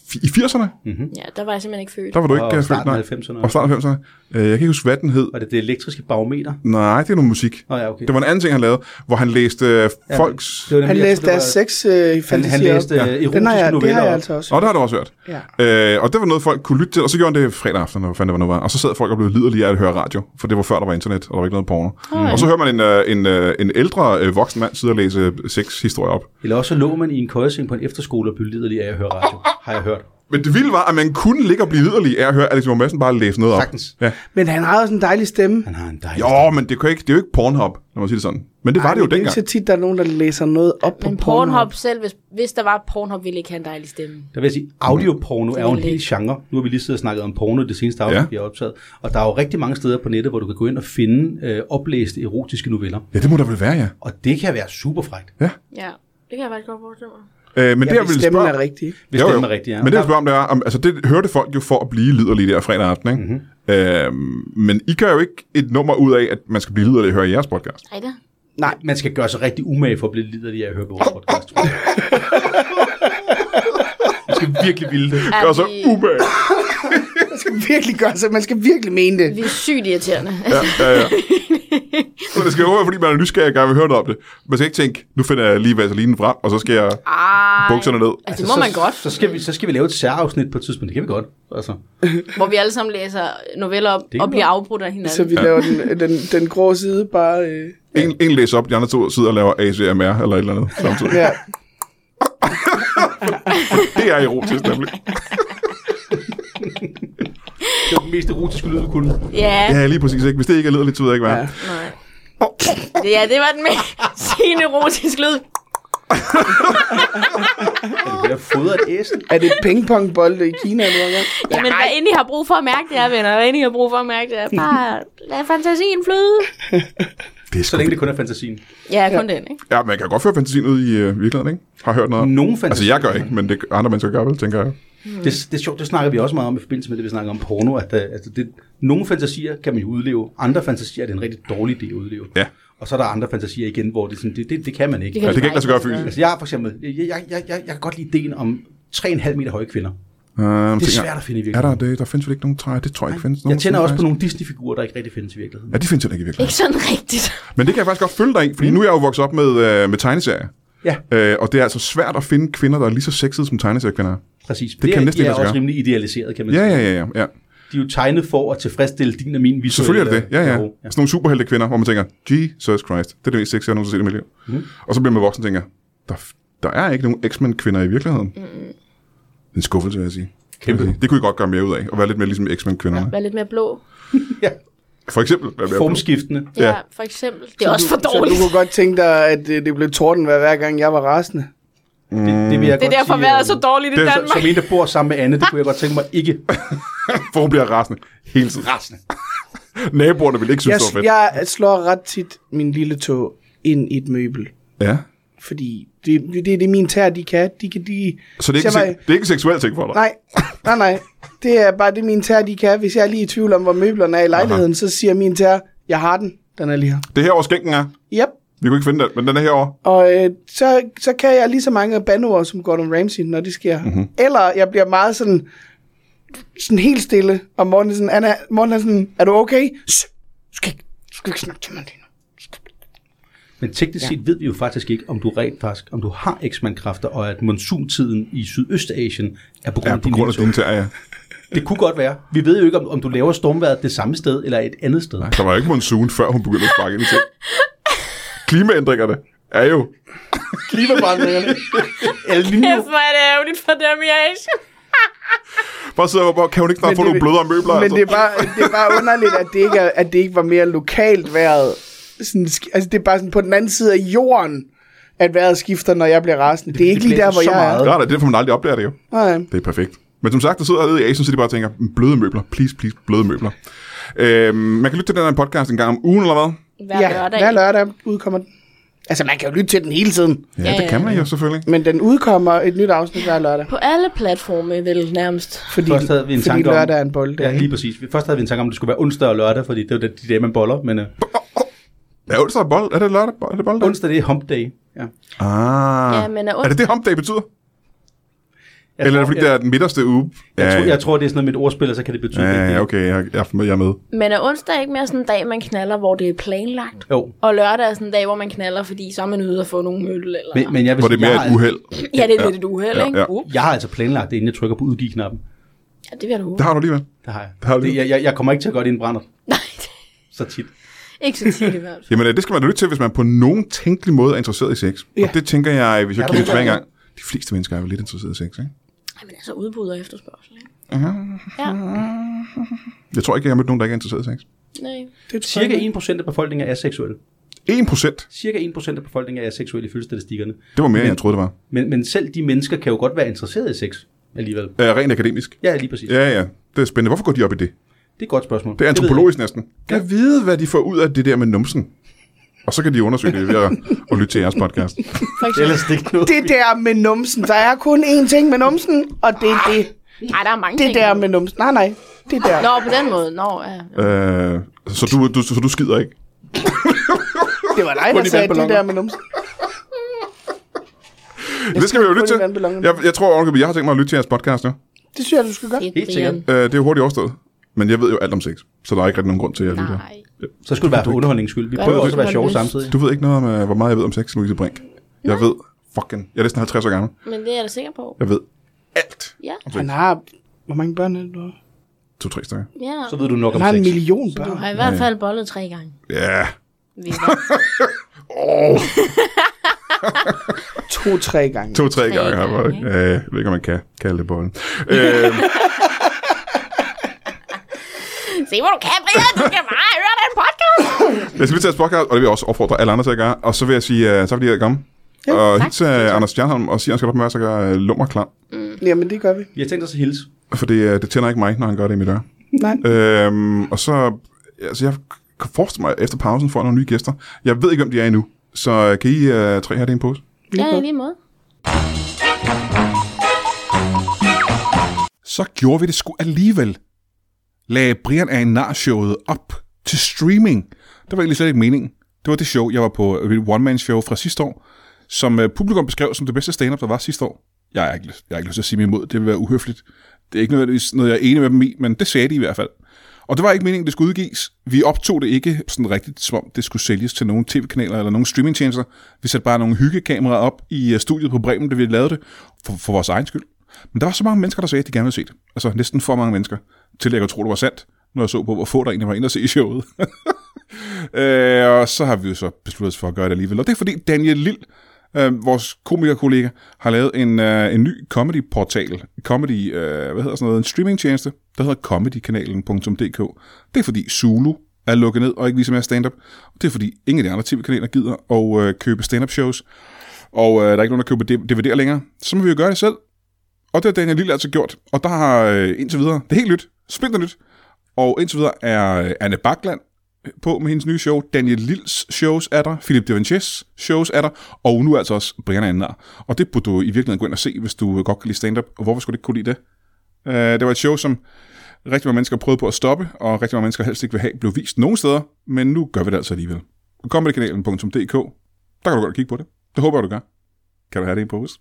I 80'erne? Ja, der var jeg simpelthen ikke født. Der var du ikke Og født, starten nej. af 90'erne. Og starten af 90'erne. Jeg kan ikke huske, hvad den hed. Var det elektriske barometer? Nej, det er noget musik. Ja, okay. Det var en anden ting, han lavede, hvor han læste folks... Det var Han nemlig, læste deres sex han fantasier læste op. erotiske Det har noveller jeg op. altså også. Og det har du også hørt. Ja. Og det var noget, folk kunne lytte til, og så gjorde han det fredag aften, eller hvad fanden det var nu var. Og så sad folk og blev liderlige af at høre radio, for det var før, der var internet, og der var ikke noget porno. Og så hører man en ældre voksen mand sidde og læse sexhistorier op. Eller også lå man i en køjeseng på en efterskole og blev liderlig af at høre radio. Har jeg hørt. Men det vilde var, at man kunne ligge og blive liderlig af at høre Alex Nyborg Madsen bare læse noget op. Sagtens. Ja. Men han har også en dejlig stemme. Han har en dejlig Jo, men det er jo ikke Pornhub, når man siger det sådan. Men det var det jo Det er dengang. ikke så tit, der er nogen, der læser noget op på Men Pornhub selv, hvis der var Pornhub, ville ikke have en dejlig stemme. Der vil jeg sige, audioporno er jo en hel genre. Nu har vi lige siddet og snakket om porno det seneste afsnit, vi har optaget. Og der er jo rigtig mange steder på nettet, hvor du kan gå ind og finde oplæste erotiske noveller. Ja, det må der vel være, ja. Og det kan være super frækt. Ja, det kan jeg faktisk godt forestille mig. Men det, jeg hvis ville stemmen spørge... er rigtig. Hvis stemmen er rigtig, ja. Men det, jeg spørger om, det er, altså det hørte folk jo for at blive liderlige der fredag aften, ikke? Men I gør jo ikke et nummer ud af, at man skal blive liderlig at høre i jeres podcast. Ej da. Nej, Man skal gøre sig rigtig umage for at blive liderlig af at høre på vores podcast, tror jeg. Man skal virkelig ville det. Gør så umage. man skal virkelig gøre sig. Man skal virkelig mene det. Vi er sygt irriterende. Ja. Men det skal jo være, fordi man er nysgerrig og gerne vil høre noget om det. Man skal ikke tænke, nu finder jeg lige vaselinen frem, og så skal jeg bukserne ned. Altså, det må man godt. Så skal vi lave et særafsnit på et tidspunkt. Det kan vi godt. Altså. Hvor vi alle sammen læser noveller op og bliver afbrudt af hinanden. Så vi laver den grå side bare... En læser op, de andre to sidder og laver ASMR eller et eller andet samtidig. Ja. Det er erotisk, nemlig. Det er den mest erotiske lyd, du kunne. Ja. Ja, lige præcis. Ikke? Hvis det ikke er liderligt, så ved jeg ikke, hvad. Ja. Nej. Ja, det var den mest sin erotisk lyd. Er du ved at fodre et æsel? Er det pingpongbolde i Kina nu engang? Jamen, hvad end I har brug for at mærke det her, venner. Hvad end I har brug for at mærke det her. Bare lad fantasien flyde. Det er Så længe det kun er fantasien. Ja, kun den, ikke? Ja, man kan godt føre fantasien ud i virkeligheden, ikke? Har hørt noget om. Nogen Altså, fantasi. jeg gør ikke, men det andre mennesker gør vel, tænker jeg. Det er sjovt, det snakker vi også meget om i forbindelse med det, vi snakker om porno. At nogle fantasier kan man jo udleve. Andre fantasier er det en rigtig dårlig idé at udleve. Ja. Og så er der andre fantasier igen, hvor det kan man ikke. Ja, det kan ikke lade sig gøre fysisk. Altså jeg for eksempel, jeg kan godt lide ideen om 3,5 meter høje kvinder. Det er svært at finde i Er virkeligheden. der det? Der findes vel ikke nogen træer? Det tror jeg ikke findes. Jeg tænder også på nogle Disney-figurer, der ikke rigtig findes i virkeligheden. Ja, de findes jo ikke i virkeligheden. Ikke sådan rigtigt. Men det kan jeg faktisk godt følge dig i, fordi nu er jeg jo vokset op med tegneserier. Ja, Og det er altså svært at finde kvinder, der er lige så sexede som tegneseriekvinder er. præcis. Det kan næsten de er ikke lade sig også gøre. rimelig idealiseret, kan man Ja. De er jo tegnet for at tilfredsstille din og min visuelle... Selvfølgelig er det det. Ja. behov. Sådan nogle superhelte kvinder, hvor man tænker, Jesus Christ, det er det mest sexy, jeg nogensinde har set i mit liv. Og så bliver man voksen og tænker, der er ikke nogen X-Men-kvinder i virkeligheden. En skuffelse, vil jeg sige. Kæmpe. Det kunne I godt gøre mere ud af, og være lidt mere ligesom X-Men-kvinderne. Vær lidt mere blå. Ja, For eksempel. Være mere formskiftende. Ja, for eksempel. Det er også for dårligt. Så du kunne godt tænke dig, at det blev tordenvejr hver gang jeg var rasende. Det vil jeg Det er godt derfor sige, vejret er så dårligt i det er så- Danmark. Som en, der bor sammen med Anne, det kunne jeg godt tænke mig ikke. For hun bliver rasende hele tiden. Rasende. Naboerne vil ikke synes, det var fedt. Jeg slår ret tit min lille tog ind i et møbel. Ja. Fordi det er det, mine tæer, de kan. Så det er, ikke, det er ikke en seksuel ting for dig? Nej. Det er bare det, mine tæer, de kan. Hvis jeg er lige i tvivl om, hvor møblerne er i lejligheden, så siger mine tæer, jeg har den. Den er lige her. Det er herovre skænken er. Yep. Vi kunne ikke finde den, men den er herovre. Og så kan jeg lige så mange bandeord som Gordon Ramsay, når det sker. Mm-hmm. Eller jeg bliver meget sådan helt stille, og Morten er sådan, er du okay? Du skal ikke snakke til mig lige nu. Men teknisk set ved vi jo faktisk ikke, om du rent faktisk, om du har X-Man-kræfter, og at monsuntiden i Sydøstasien er på grund Ja, af på grund af din dine tæer, ja. Det kunne godt være. Vi ved jo ikke, om du laver stormvejret det samme sted, eller et andet sted. Der var ikke monsun, før hun begyndte at sparke ind i ting. Klimaændringerne er jo... Klimaforandringerne. El Niño. Kæft, hvor er det ærgerligt for dem i Asien. Bare sidder og kan hun ikke snart få nogle blødere møbler? Men Altså? det er bare underligt, at det ikke var mere lokalt vejret. Sådan, altså det er bare sådan på den anden side af jorden, at vejret skifter, når jeg bliver rasende. Det er ikke lige der, hvor så jeg er. meget. Ja, det er derfor, man aldrig opdager det jo. Nej. Det er perfekt. Men som sagt, der sidder nede i Asien, så de bare tænker, bløde møbler, please, bløde møbler. Man kan lytte til den her podcast en gang om ugen, eller hvad? Hver lørdag udkommer den. Altså, man kan jo lytte til den hele tiden. Ja, det kan man jo selvfølgelig. Men den udkommer et nyt afsnit hver lørdag. På alle platforme, vel nærmest. Fordi lørdag er en bolddag. Ja, lige præcis. Først havde vi en tanke om, at det skulle være onsdag og lørdag, fordi det er jo de dage, man boller. Men Ja, onsdag er bold. Er det lørdag? Er det bolddag? onsdag, det er hump day. Ja. Ah. Ja, men er det hump day betyder? Eller er det fordi, det er den midterste uge? Jeg tror, det er sådan noget med et ordspil, og så kan det betyde... Ja, okay, jeg er med. Men er onsdag ikke mere sådan en dag, man knaller, hvor det er planlagt? Jo. Og lørdag er sådan en dag, hvor man knaller, fordi så er man ude og få nogle møl, eller... Men jeg vil hvor det er mere et uheld. Ja, det er lidt et uheld, ikke? Ja. Jeg har altså planlagt det, inden jeg trykker på udgive-knappen. Ja, det vil jeg da håbe. Det har du alligevel. Det har jeg. Det har du. Jeg kommer ikke til at gøre det inden brænder. Nej, Så tit. ikke så tit i hvert fald. Jamen, det skal man da lytte til, hvis man på nogen tænkelig måde er interesseret i sex. Ja. Og det tænker jeg, hvis jeg Ja, kigger det tilbage er engang. De fleste mennesker er jo lidt interesseret i sex, ikke? Jamen altså, udbud og efterspørgsel, ikke? Ja. Jeg tror ikke, jeg har mødt nogen, der ikke er interesseret i sex. Nej. Det tror jeg Cirka ikke. 1% af befolkningen er aseksuelle. 1%. Cirka 1% af befolkningen er aseksuelle ifølge statistikkerne. Det var mere, end jeg troede, det var. Men selv de mennesker kan jo godt være interesseret i sex alligevel. Rent akademisk. Ja, lige præcis. Ja, det er spændende. Hvorfor går de op i det? Det er et godt spørgsmål. Det er antropologisk næsten. Jeg ved, hvad de får ud af det der med numsen. Og så kan de undersøge det ved at lytte til jeres podcast. Ellers det ikke noget. Det der med numsen. Der er kun én ting med numsen, og det er det. Nej, der er mange Det ting. der med numsen. Nej. Det der. Nå, på den måde. Nå, ja. Så du skider ikke? Det var dig, Kun der i sagde det vandballoner. der med numsen. Det skal vi jo lytte kun i til. vandballonerne. Jeg tror, jeg har tænkt mig at lytte til jeres podcast nu. Det synes jeg, du skal gøre. Helt sikkert. Det er jo hurtigt overstået. Men jeg ved jo alt om sex, så der er ikke rigtig nogen grund til, at jeg lytter. Nej. Så skulle det være for underholdningens skyld. Vi Gør prøver det også at være også, sjove man har lyst. samtidig. Du ved ikke noget om, hvor meget jeg ved om sex, Louise Brink. Jeg ved fucking... Jeg er næsten 50 år gammel. Men det er jeg da sikker på. Jeg ved alt. Ja. om sex. Han har... Hvor mange børn er det, du har? 2-3 stykker. Ja. Så ved du nok Han om har en sex. million Du børn. har i hvert fald bollet 3 gange. Ja. Vi er 2-3 gange. 2-3 gange har jeg gange, det. Jeg ved ikke, om man kan kalde det bolden. Se, hvor du kan, Brian. Du skal bare høre den podcast. Jeg skal lige tage et podcast, og det vil jeg også opfordre alle andre til at gøre. Og så vil jeg sige, så fordi jeg komme. Ja, Og tak. hils Anders Stjernholm og sige, at han skal op med, så gør lummer klar. Jamen, det gør vi. Vi har tænkt os at hilse. For det tænder ikke mig, når han gør det i mit øre. Nej. Og så... Altså, jeg kan forestille mig, at efter pausen får jeg nogle nye gæster. Jeg ved ikke, hvem de er endnu. Så kan I 3 have det i en pose? Ja, i lige måde. Så gjorde vi det sgu alligevel. Lagde Brian af en nar-showet op til streaming. Det var egentlig slet ikke meningen. Det var det show, jeg var på, et one-man-show fra sidste år, som publikum beskrev som det bedste stand-up, der var sidste år. Jeg har ikke lyst til at sige mig imod, det vil være uhøfligt. Det er ikke nødvendigvis noget, jeg er enig med dem i, men det sagde de i hvert fald. Og det var ikke meningen, det skulle udgives. Vi optog det ikke sådan rigtigt, som om det skulle sælges til nogle tv-kanaler eller nogle streamingtjenester. Vi satte bare nogle hyggekameraer op i studiet på Bremen, da vi lavede det, for vores egen skyld. Men der var så mange mennesker, der sagde, at de gerne ville se det. Altså næsten for mange mennesker, til jeg kunne tro, det var sandt, når jeg så på, hvor få der egentlig var inde og se showet. Og så har vi jo så besluttet os for at gøre det alligevel. Og det er fordi Daniel Lille, vores komikerkollega, har lavet en ny comedy-portal. En streamingtjeneste, der hedder comedykanalen.dk. Det er fordi Zulu er lukket ned og ikke viser mere stand-up. Og det er fordi ingen af de andre tv-kanaler gider at købe stand-up shows. Og der er ikke nogen, der køber DVD'er længere. Så må vi jo gøre det selv. Og det har Daniel Lille altså gjort. Og der har indtil videre, det er helt nyt, splinter nyt. Og indtil videre er Anne Bakland på med hendes nye show. Daniel Lilles shows er der. Philip Devanches shows er der. Og nu altså også Brian Andner. Og det burde du i virkeligheden gå ind og se, hvis du godt kan lide stand-up. Og hvorfor skulle du ikke kunne lide det? Det var et show, som rigtig mange mennesker prøvede på at stoppe, og rigtig mange mennesker helst ikke vil have blev vist nogen steder. Men nu gør vi det altså alligevel. Comedykanalen.dk. Der kan du godt kigge på det. Det håber jeg, du gør. Kan du have det i en pose?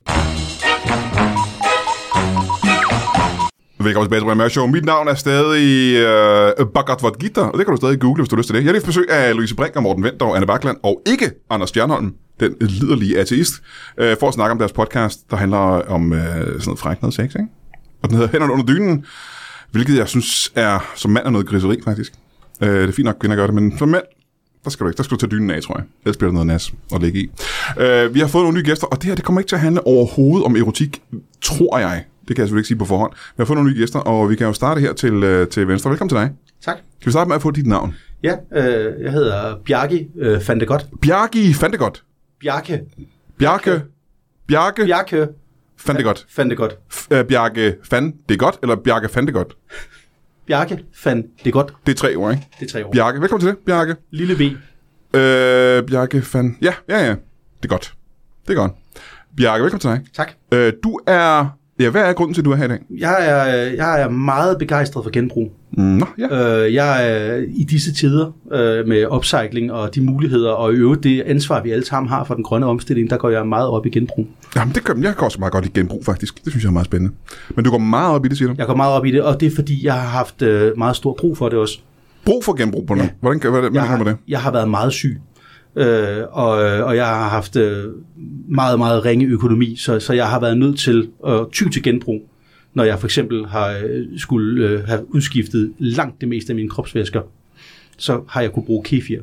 Velkommen tilbage til Brian Mørk Show. Mit navn er stadig Bhagavad Gita, og det kan du stadig google, hvis du har lyst til det. Jeg har lige besøg af Louise Brink og Morten Wendt og Anne Bakland, og ikke Anders Stjernholm, den liderlige ateist, for at snakke om deres podcast, der handler om sådan noget frækt, noget sex, ikke? Og den hedder Hænderne under dynen, hvilket jeg synes er som mand er noget griseri, faktisk. Det er fint nok, kvinder gør det, men som mand, der skal du tage dynen af, tror jeg. Ellers bliver der noget nas at lægge i. Vi har fået nogle nye gæster, og det her det kommer ikke til at handle overhovedet om erotik, tror jeg. Det kan jeg selvfølgelig ikke sige på forhånd. Vi har fået nogle nye gæster, og vi kan jo starte her til venstre. Velkommen til dig. Tak. Skal vi starte med at få dit navn? Ja, jeg hedder Bjarke van de Godt. Bjarke van de Godt. Bjarke Bjarke van de Godt. van de Godt. Bjarke van de Godt, eller Bjarke van de Godt? Bjarke van de Godt. Det er 3 ord, ikke? Det er 3 år. Bjarke, velkommen til det, Bjarke. Lille V. Bjarke van... Ja. Det er godt. Det er godt. Bjarke, velkommen til dig. Tak. Du er Ja, hvad er grunden til, at du er her i dag? Jeg er meget begejstret for genbrug. Nå, ja. Jeg er i disse tider med upcycling og de muligheder, og i øvrigt det ansvar, vi alle sammen har for den grønne omstilling, der går jeg meget op i genbrug. Jamen, jeg går også meget godt i genbrug, faktisk. Det synes jeg er meget spændende. Men du går meget op i det, siger du? Jeg går meget op i det, og det er fordi, jeg har haft meget stor brug for det også. Brug for genbrug på noget? Ja. Hvordan med det? Jeg har været meget syg. Og jeg har haft meget, meget ringe økonomi, så jeg har været nødt til at ty til genbrug, når jeg for eksempel har skulle have udskiftet langt det meste af mine kropsvæsker, så har jeg kunne bruge kefir.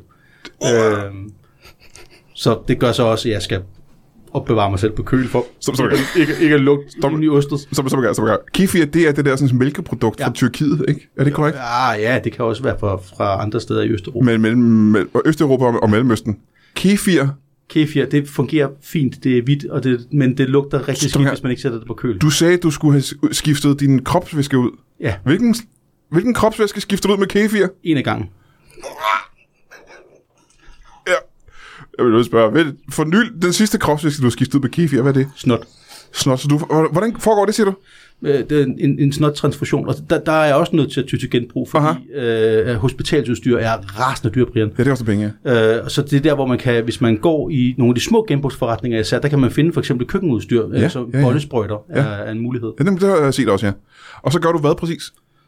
Så det gør så også, at jeg skal opbevare mig selv på køl for ikke at lugte ind i ostet. Kefir, det er det der sådan, mælkeprodukt fra Tyrkiet, ikke? Er det korrekt? Ja, det kan også være fra andre steder i Østeuropa. Østeuropa og Mellemøsten. Kefir, det fungerer fint, det er hvidt, men det lugter rigtig skidt, hvis man ikke sætter det på køl. Du sagde, at du skulle have skiftet din kropsvæske ud. Ja. Hvilken kropsvæske skifter du ud med kefir? En af gangen. Ja. Jeg vil spørge, den sidste kropsvæske, du har skiftet ud med kefir, hvad er det? Snot. Så hvordan foregår det, siger du? Det er en snot-transfusion, og der er jeg også nødt til at ty til genbrug, fordi hospitalsudstyr er rasende dyrt, Brian. Ja, det er også penge, så det er der, hvor man kan, hvis man går i nogle af de små genbrugsforretninger, især, der kan man finde for eksempel køkkenudstyr, så bollesprøjter er en mulighed. Ja, det har jeg set også, ja. Og så gør du hvad præcis?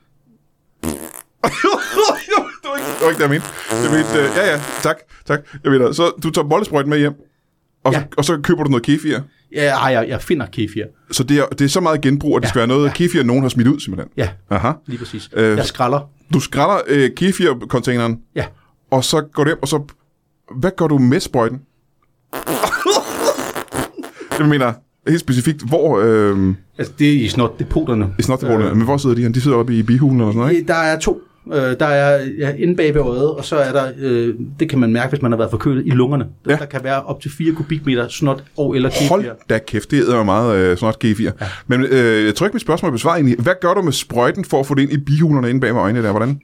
Det var ikke det, jeg mente. Ja, tak. Jeg ved det. Så du tager bollesprøjten med hjem, og så køber du noget kefir? Ja, jeg finder kefir. Så det er så meget genbrug, at det skal være noget kefir, nogen har smidt ud, simpelthen? Ja, aha. Lige præcis. Jeg skralder. Du skralder kefir-containeren? Ja. Og så går du hjem, og så... Hvad gør du med sprøjten? Jeg mener, helt specifikt, hvor... Altså, det er i snotdepoterne. I snotdepoterne. Men hvor sidder de? De sidder oppe i bihulen eller sådan noget, ikke? Der er to. Der er inde bag ved øjet, og så er der, det kan man mærke, hvis man har været forkølet i lungerne. Der kan være op til 4 kubikmeter snot og eller kefir. Hold da kæft, det er meget snot kefir. Ja. Men jeg tror ikke, mit spørgsmål er besvaret egentlig. Hvad gør du med sprøjten for at få det ind i bihulerne inde bag ved øjnene der? Hvordan?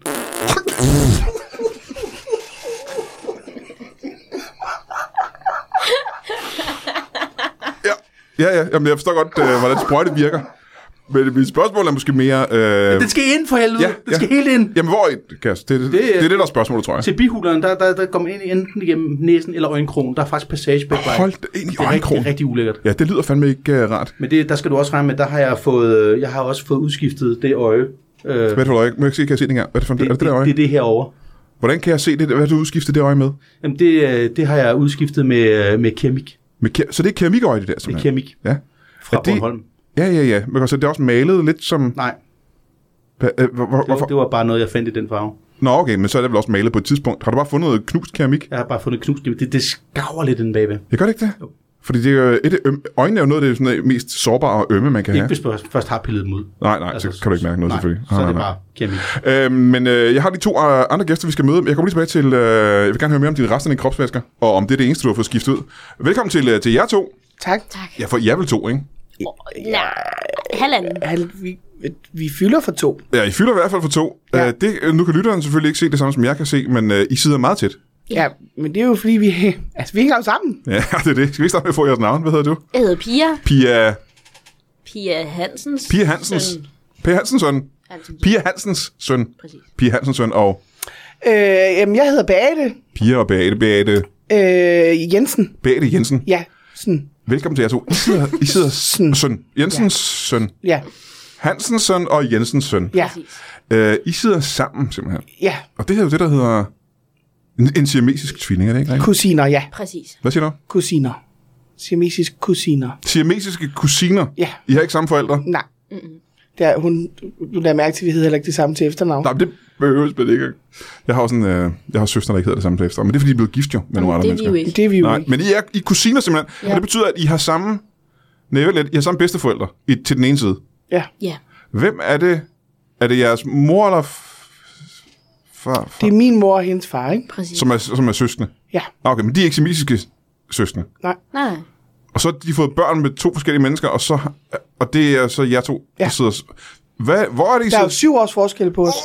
Ja. Jamen, jeg forstår godt, hvordan sprøjte virker. Men mit spørgsmål er måske mere... Den skal ind for helvede. Den skal helt ind. Jamen, hvor ind, Kærs? Det er det, der er spørgsmålet, tror jeg. Til bihuleren, der går man ind enten igennem næsen eller øjenkrogen. Der er faktisk passage begge veje. Hold det ind i øjenkrogen. Det er rigtig ulækkert. Ja, det lyder fandme ikke rart. Men der skal du også regne med, der har jeg har også fået udskiftet det øje. Hvad er det for øje? Kan jeg se det engang? Hvad er det for det der øje? Det er det herovre. Hvordan kan jeg se det? Hvad har du udskiftet det øje med? Jamen, det har jeg udskiftet med keramik. Så det er keramikøje, det der? Det er keramik. Ja. Fra Bornholm. Ja. Men så det er også malet lidt som... Nej. Hvorfor? Det var bare noget, jeg fandt i den farve. Nå, okay, men så er det vel også malet på et tidspunkt. Har du bare fundet noget knust keramik? Jeg har bare fundet knust keramik. Det skarver lidt den bagved. Jeg gør det ikke det? Jo. Fordi det er jo øjnene er jo noget af det sådan mest sårbare og ømme, man kan have. Ikke hvis du først har pillet dem ud. Nej, altså, så kan du ikke mærke noget, selvfølgelig. Så er det bare keramik. Men jeg har de 2 andre gæster, vi skal møde. Jeg kommer lige tilbage til... jeg vil gerne høre mere om dine resten af kropsvæsker, og om det er det eneste, du har fået skiftet ud. Velkommen til jer 2. Tak. Ja, for jer vel 2, ikke? Nej, halvanden. Vi fylder for 2. Ja, I fylder i hvert fald for 2. Ja. Nu kan lytteren selvfølgelig ikke se det samme, som jeg kan se, men I sidder meget tæt. Ja, men det er jo fordi, vi hænger jo sammen. Ja, det er det. Skal vi starte med at få jeres navn? Hvad hedder du? Jeg hedder Pia. Pia Hansens. Pia Hansens. Søn. Pia Hansens søn. Pia Hansens søn. Præcis. Pia Hansens søn og... Jamen, jeg hedder Beate. Pia og Beate. Jensen. Beate Jensen. Ja, sådan. Velkommen til jer 2. I sidder søn. Jensens søn. Ja. Hansens søn og Jensens søn. Ja. I sidder sammen, simpelthen. Ja. Og det er jo det, der hedder en siamesisk tvilling, er det ikke rigtigt? Kusiner, ja. Præcis. Hvad siger du? Kusiner. Siamesiske kusiner. Siamesiske kusiner? Ja. I har ikke samme forældre? Nej. Du lader mærke til, at vi hedder heller ikke det samme til efternavn. Nej, men det behøves vel ikke. Jeg har også jeg har søster, der ikke hedder det samme til efternavn. Men det er, fordi I er blevet gift jo med nogle andre mennesker. Det er vi jo ikke. Men I er kusiner simpelthen. Ja. Og det betyder, at I har samme... I har samme bedsteforældre til den ene side. Ja. Hvem er det? Er det jeres mor eller far? Det er min mor og hendes far, ikke? Præcis. Som er søskende? Ja. Okay, men de er ikke siamesiske søskende? Nej. Og så har de fået børn med 2 forskellige mennesker, og det er så jer 2, der sidder... Hvor er det, I der er jo 7 års forskel på os.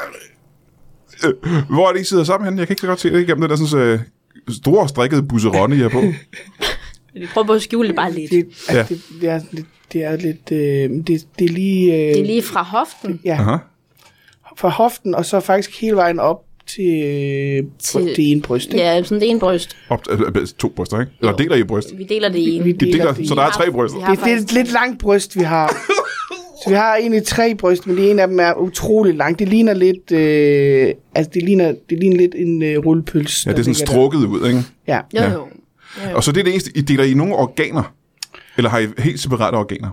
Hvor er det, I sidder sammen henne? Jeg kan ikke så godt se det igennem den der sådan, store strikkede busseronne, I har på. Vi prøver på at skjule det bare lidt. Det er lidt... Det er lige... Det er lige fra hoften. Ja, Aha. fra hoften, og så faktisk hele vejen op til det ene bryst. Ikke? Ja, sådan det ene bryst. Op, 2 bryster, ikke? Eller deler I bryst? Vi deler det ene. Vi I deler, så der er 3 bryster. Vi har Det er et lidt langt bryst, vi har. Så vi har egentlig 3 bryst, men det ene af dem er utrolig langt. Det ligner lidt, det ligner lidt en rullepøls. Ja, det er sådan strukket ud, ikke? Ja. Jo. Og så det er det eneste, I deler I nogle organer? Eller har I helt separate organer?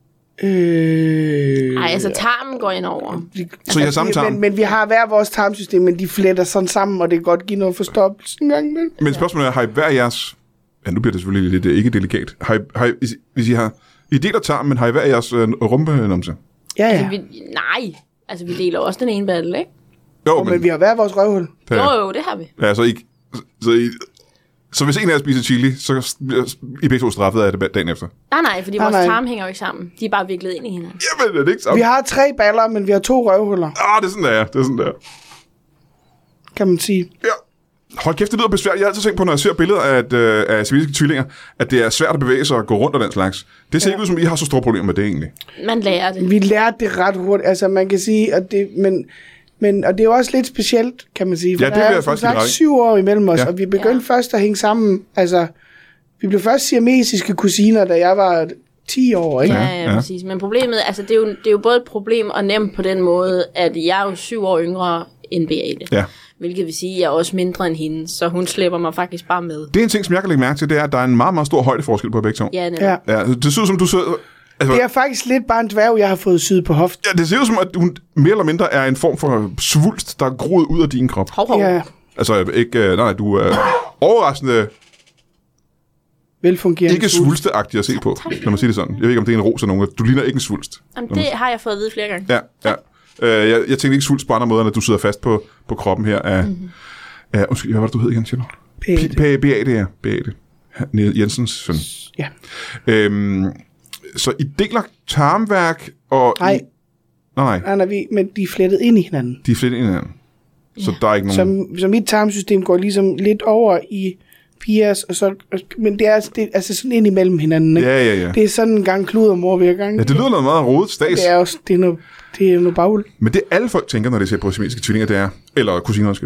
Nej, altså tarmen går ind over. Så I har samme tarm? Men vi har hver vores tarmsystem, men de fletter sådan sammen, og det kan godt give noget forstoppelse en gang imellem. Men spørgsmålet er, har I hver jeres... Ja, nu bliver det selvfølgelig lidt ikke delikat. Har I, hvis I har... I deler tarmen, men har I hver jeres rumpenumse? Ja, Altså, ja. nej, altså vi deler også den ene battle, ikke? Jo, Men vi har hver vores røvhul. Jo, det har vi. Ja, så hvis en af jer spiser chili, så bliver I begge to straffet af det dagen efter. Nej, fordi vores tarme hænger jo ikke sammen. De er bare viklet ind i hinanden. Jamen, er det ikke sammen? Vi har 3 baller, men vi har 2 røvhuller, Det er sådan, det er. Det er sådan, det er. kan man sige. Ja. Hold kæft, det lyder besværligt. Jeg har altid tænkt på, når jeg ser billeder af siamesiske tvillinger, at det er svært at bevæge sig og gå rundt og den slags. Det ser ikke ud som, I har så store problemer med det egentlig. Man lærer det. Vi lærte det ret hurtigt, altså man kan sige, at det, men og det er jo også lidt specielt, kan man sige. For Ja, det der vil er jeg faktisk som give sagt dig i. 7 år imellem os, Ja. og vi begyndte først at hænge sammen, altså, vi blev først siamesiske kusiner, da jeg var 10 år, ikke? Ja, præcis. Men problemet, altså det er jo både et problem og nemt på den måde, at jeg er jo 7 år yngre end Beate. Ja. Hvilket vil sige, at jeg er også mindre end hende, så hun slipper mig faktisk bare med. Det er en ting, som jeg kan lægge mærke til, det er, at der er en meget, meget stor højdeforskel på begge to. Ja, netop. Ja. Ja, det ser ud som, du sidder... Altså, Det er faktisk lidt bare en dværg, jeg har fået syet på hoften. ja, det ser ud som, at hun mere eller mindre er en form for svulst, der er groet ud af din krop. Hov. Ja, Altså, ikke... Nej, du er overraskende velfungerende. ikke svulsteagtig at se på, når man siger det sådan. Jeg ved ikke, om det er en ros af nogen. Du ligner ikke en svulst. Jamen, det har jeg fået at vide flere gange. Ja, ja. Jeg tænkte ikke svulst på andre måder, end at du sidder fast på kroppen her af... Undskyld, hvad var det, du hed igen, Charlotte? Beate, ja. Beate. Jensens søn. Ja. Så I deler tarmværk og... Nej. Nej, Men de er flettet ind i hinanden. de er flettet ind i hinanden. Så der er ikke nogen... Så mit tarmsystem går ligesom lidt over i Pias, og så, men det er altså sådan ind imellem hinanden, ikke? Ja. Det er sådan en gang klud og mor hver gang. Ja, det lyder noget meget rodet stas. Det er også, det er noget bagl. Men det alle folk tænker, når de ser på siamesiske tvillinger, det er... Eller kusiner, undskyld.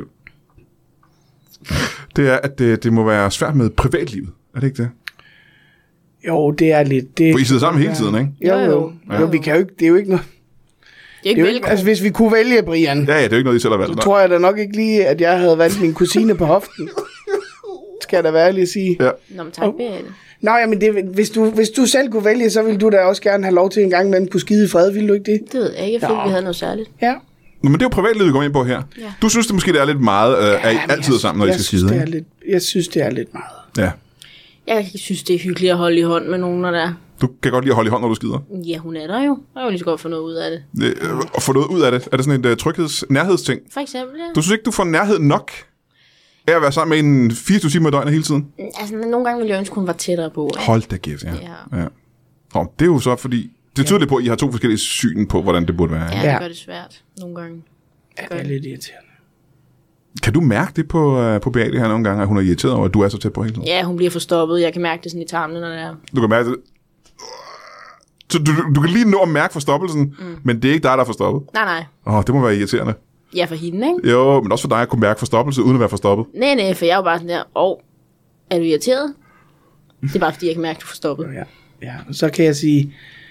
Det er, at det må være svært med privatlivet. Er det ikke det? Jo, det er lidt... Det, For I sidder sammen hele tiden, ikke? Jo. Ja. Jo, vi kan jo ikke... Det er jo ikke noget... Det er Det er ikke jo ikke, altså, hvis vi kunne vælge, Brian, Ja, det er jo ikke noget, I selv har valgt. så nej. tror jeg da nok ikke lige, at jeg havde valgt min kusine på hoften. Skal jeg da være ærlig at sige. Ja. Nå, men tak, Beate. Nå, jamen, hvis du selv kunne vælge, så ville du da også gerne have lov til en gang med kunne skide i fred, ville du ikke det? Det ved jeg ikke. Jeg følte, vi havde noget særligt. Ja. Nå, men det er jo privatlivet, vi kommer ind på her. Ja. Du synes det måske, det er lidt meget, at I altid er sammen, når I skal skide, ikke? Jeg synes, det er lidt meget. Ja. Jeg synes, det er hyggeligt at holde i hånd med nogen, når der er. Du kan godt lide at holde i hånd, når du skider. Ja, hun er der jo. Jeg vil lige så godt få noget ud af det. Og få noget ud af det. Er det sådan en nærhedsting? For eksempel, ja. Du synes ikke, du får nærhed nok af at være sammen med en 24 timer i døgnet hele tiden? Altså, nogle gange ville jeg ønske, hun var tættere på. Ikke? Hold da kæft, ja. Ja. Nå, det er jo så fordi... Det er tydeligt på, at I har 2 forskellige syn på, hvordan det burde være. Ja, Ikke? det gør det svært nogle gange. Ja, det er lidt irriterende. Kan du mærke det på Beate her nogle gange, at hun er irriteret over, at du er så tæt på hele tiden? Ja, hun bliver forstoppet. Jeg kan mærke det sådan i tarmene, når det er. Du kan mærke det. Så du kan lige nå at mærke forstoppelsen, men det er ikke dig, der er forstoppet. Nej. Det må være irriterende. Ja, for hende, ikke? Jo, men også for dig at kunne mærke forstoppelse, uden at være forstoppet. Nej, for jeg er jo bare sådan der, er du irriteret? Det er bare, fordi jeg kan mærke, at du er forstoppet. Ja, og så kan jeg sige...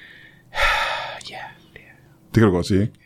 Det kan du godt sige, ikke?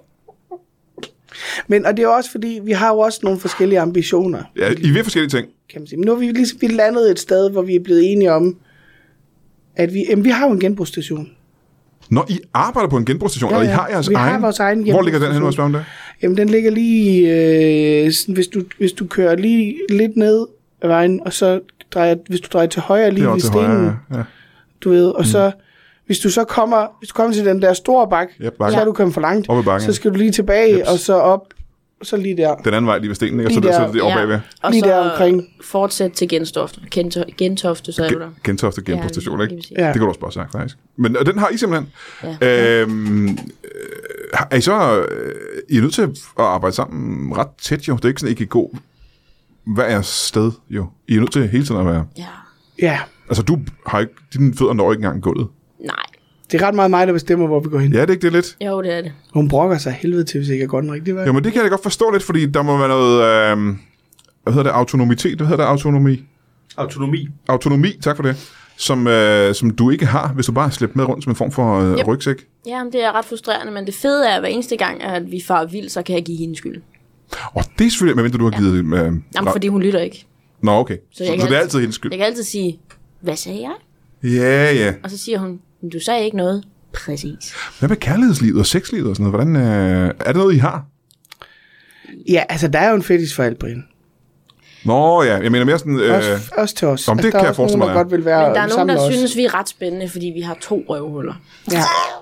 Men, og det er også fordi, vi har jo også nogle forskellige ambitioner, Ja, I vil forskellige ting. kan man sige. Men nu er vi ligesom vi landet et sted, hvor vi er blevet enige om, at vi har jo en genbrugsstation. Når I arbejder på en genbrugsstation, og I har jeres vi egen... har vores egen Hvor ligger den hen, må jeg genbrugsstation. spørge om det? Jamen, den ligger lige... hvis du kører lige lidt ned ad vejen, og så hvis du drejer til højre lige ved til stenen, højre, ja. du ved, og så... Hvis du kommer til den der store bakke, Ja, bakke. så er du kommet for langt. Op ad bakken. Så skal du lige tilbage, Jeps. og så op, og så lige der. Den anden vej lige ved stenen, ikke? Og så, Lige så der. er det over bagved. Og Lige så der omkring. fortsæt til Gentofte. Gentofte, så er du der. Gentofte genbrugsstation, ikke? lige præcis. Ja. Det kan du også bare sagt, faktisk. Men den har I simpelthen. Ja. Er I så... I er nødt til at arbejde sammen ret tæt, jo. Det er ikke sådan, at I kan gå hver jeres sted, jo. I er nødt til hele tiden at være... Ja. Ja, Altså, du har ikke... Dine fødder når ikke engang gulvet. Nej. Det er ret meget mig, der bestemmer, hvor vi går hen. Ja, det er ikke det lidt? Jo, det er det. Hun brokker sig helvede til, hvis jeg ikke er godt den rigtige vej. Jo, men det kan jeg da godt forstå lidt, fordi der må være noget... hvad hedder det? Autonomitet? Hvad hedder det? Autonomi, tak for det. Som du ikke har, hvis du bare slæbt med rundt som en form for rygsæk. Jamen, det er ret frustrerende, men det fede er, at hver eneste gang, at vi farer vild, så kan jeg give hende skyld. Og det er selvfølgelig, medmindre du har givet... Jamen, fordi hun lytter ikke. Nå, okay. Så det er altid hendes skyld. Jeg kan altid sige, hvad sagde jeg? Ja. Og så siger hun, du sagde ikke noget. Præcis. Hvad med kærlighedslivet og sexlivet og sådan noget? Hvordan, er det noget, I har? Ja, altså, der er jo en fetish for alt, Brian. Nå ja, jeg mener mere sådan... Også til os. Om det kan jeg forestille mig, godt vil være. Men der er nogen, der også synes, vi er ret spændende, fordi vi har 2 røvhuller. Ja.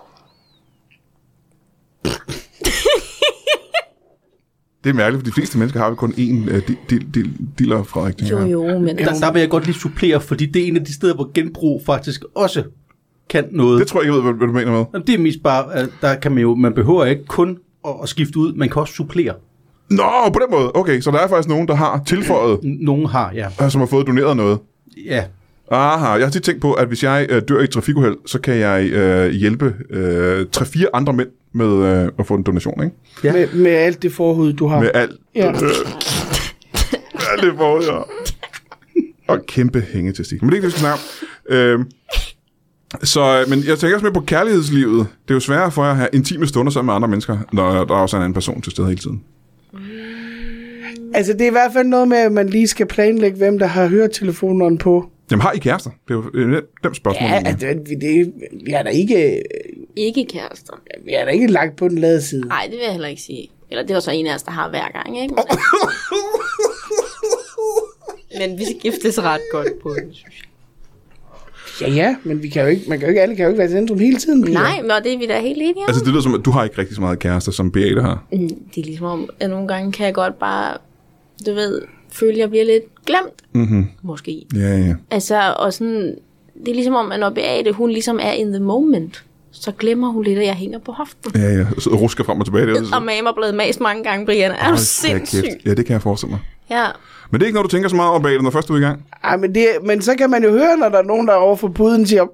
Det er mærkeligt, for de fleste mennesker har vi kun én dealer, Frederik. Jo, men... Der vil jeg godt lige supplere, fordi det er en af de steder, hvor genbrug faktisk også kan noget. Det tror jeg ikke, hvad du mener med. Jamen, det er mest bare, at der kan man behøver ikke kun at skifte ud, man kan også supplere. Nå, på den måde. Okay, så der er faktisk nogen, der har tilføjet... Nogen har, ja. Som har fået doneret noget. Ja. Aha, jeg har tit tænkt på, at hvis jeg dør i et trafikuheld, så kan jeg hjælpe 3-4 andre mænd med at få en donation, ikke? Ja. Med alt det forhud, du har. Med alt. Ja. Alt det forhud, ja. Og kæmpe hængetestik. Men det er ikke det, vi skal snakke om. Men jeg tænker også med på kærlighedslivet. Det er jo sværere for jer at have intime stunder sammen med andre mennesker, når der også er en anden person til stede hele tiden. Altså, det er i hvert fald noget med, at man lige skal planlægge, hvem der har høretelefonerne på. Jamen, har I kærester? Det er jo dem spørgsmål. Ja, altså, vi har da ikke... Ikke kærester. Vi har da ikke lagt på den lade side. Nej, det vil jeg heller ikke sige. Eller det var så en af os, der har hver gang, ikke? Men vi skiftes ret godt på det, synes jeg. Ja, men vi kan jo ikke, alle kan jo ikke være i centrum hele tiden. Pia. Nej, men det er vi da helt enige om. Altså, det lyder som, at du har ikke rigtig så meget kærester, som Beate har. Det er ligesom om, at nogle gange kan jeg godt bare, du ved, føle, at jeg bliver lidt glemt. Mm-hmm. Måske. Ja. Altså, og sådan, det er ligesom om, at når Beate, hun ligesom er in the moment, så glemmer hun lidt, at jeg hænger på hoften. Ja. Så rusker frem og tilbage. Og mamma er blevet mast mange gange, Brian. Er du sindssyg? Ja, det kan jeg forestille mig. Ja. Men det er ikke noget, du tænker så meget over, Beate, når først du er i gang? Ej, men så kan man jo høre, når der er nogen, der er over for puden, siger...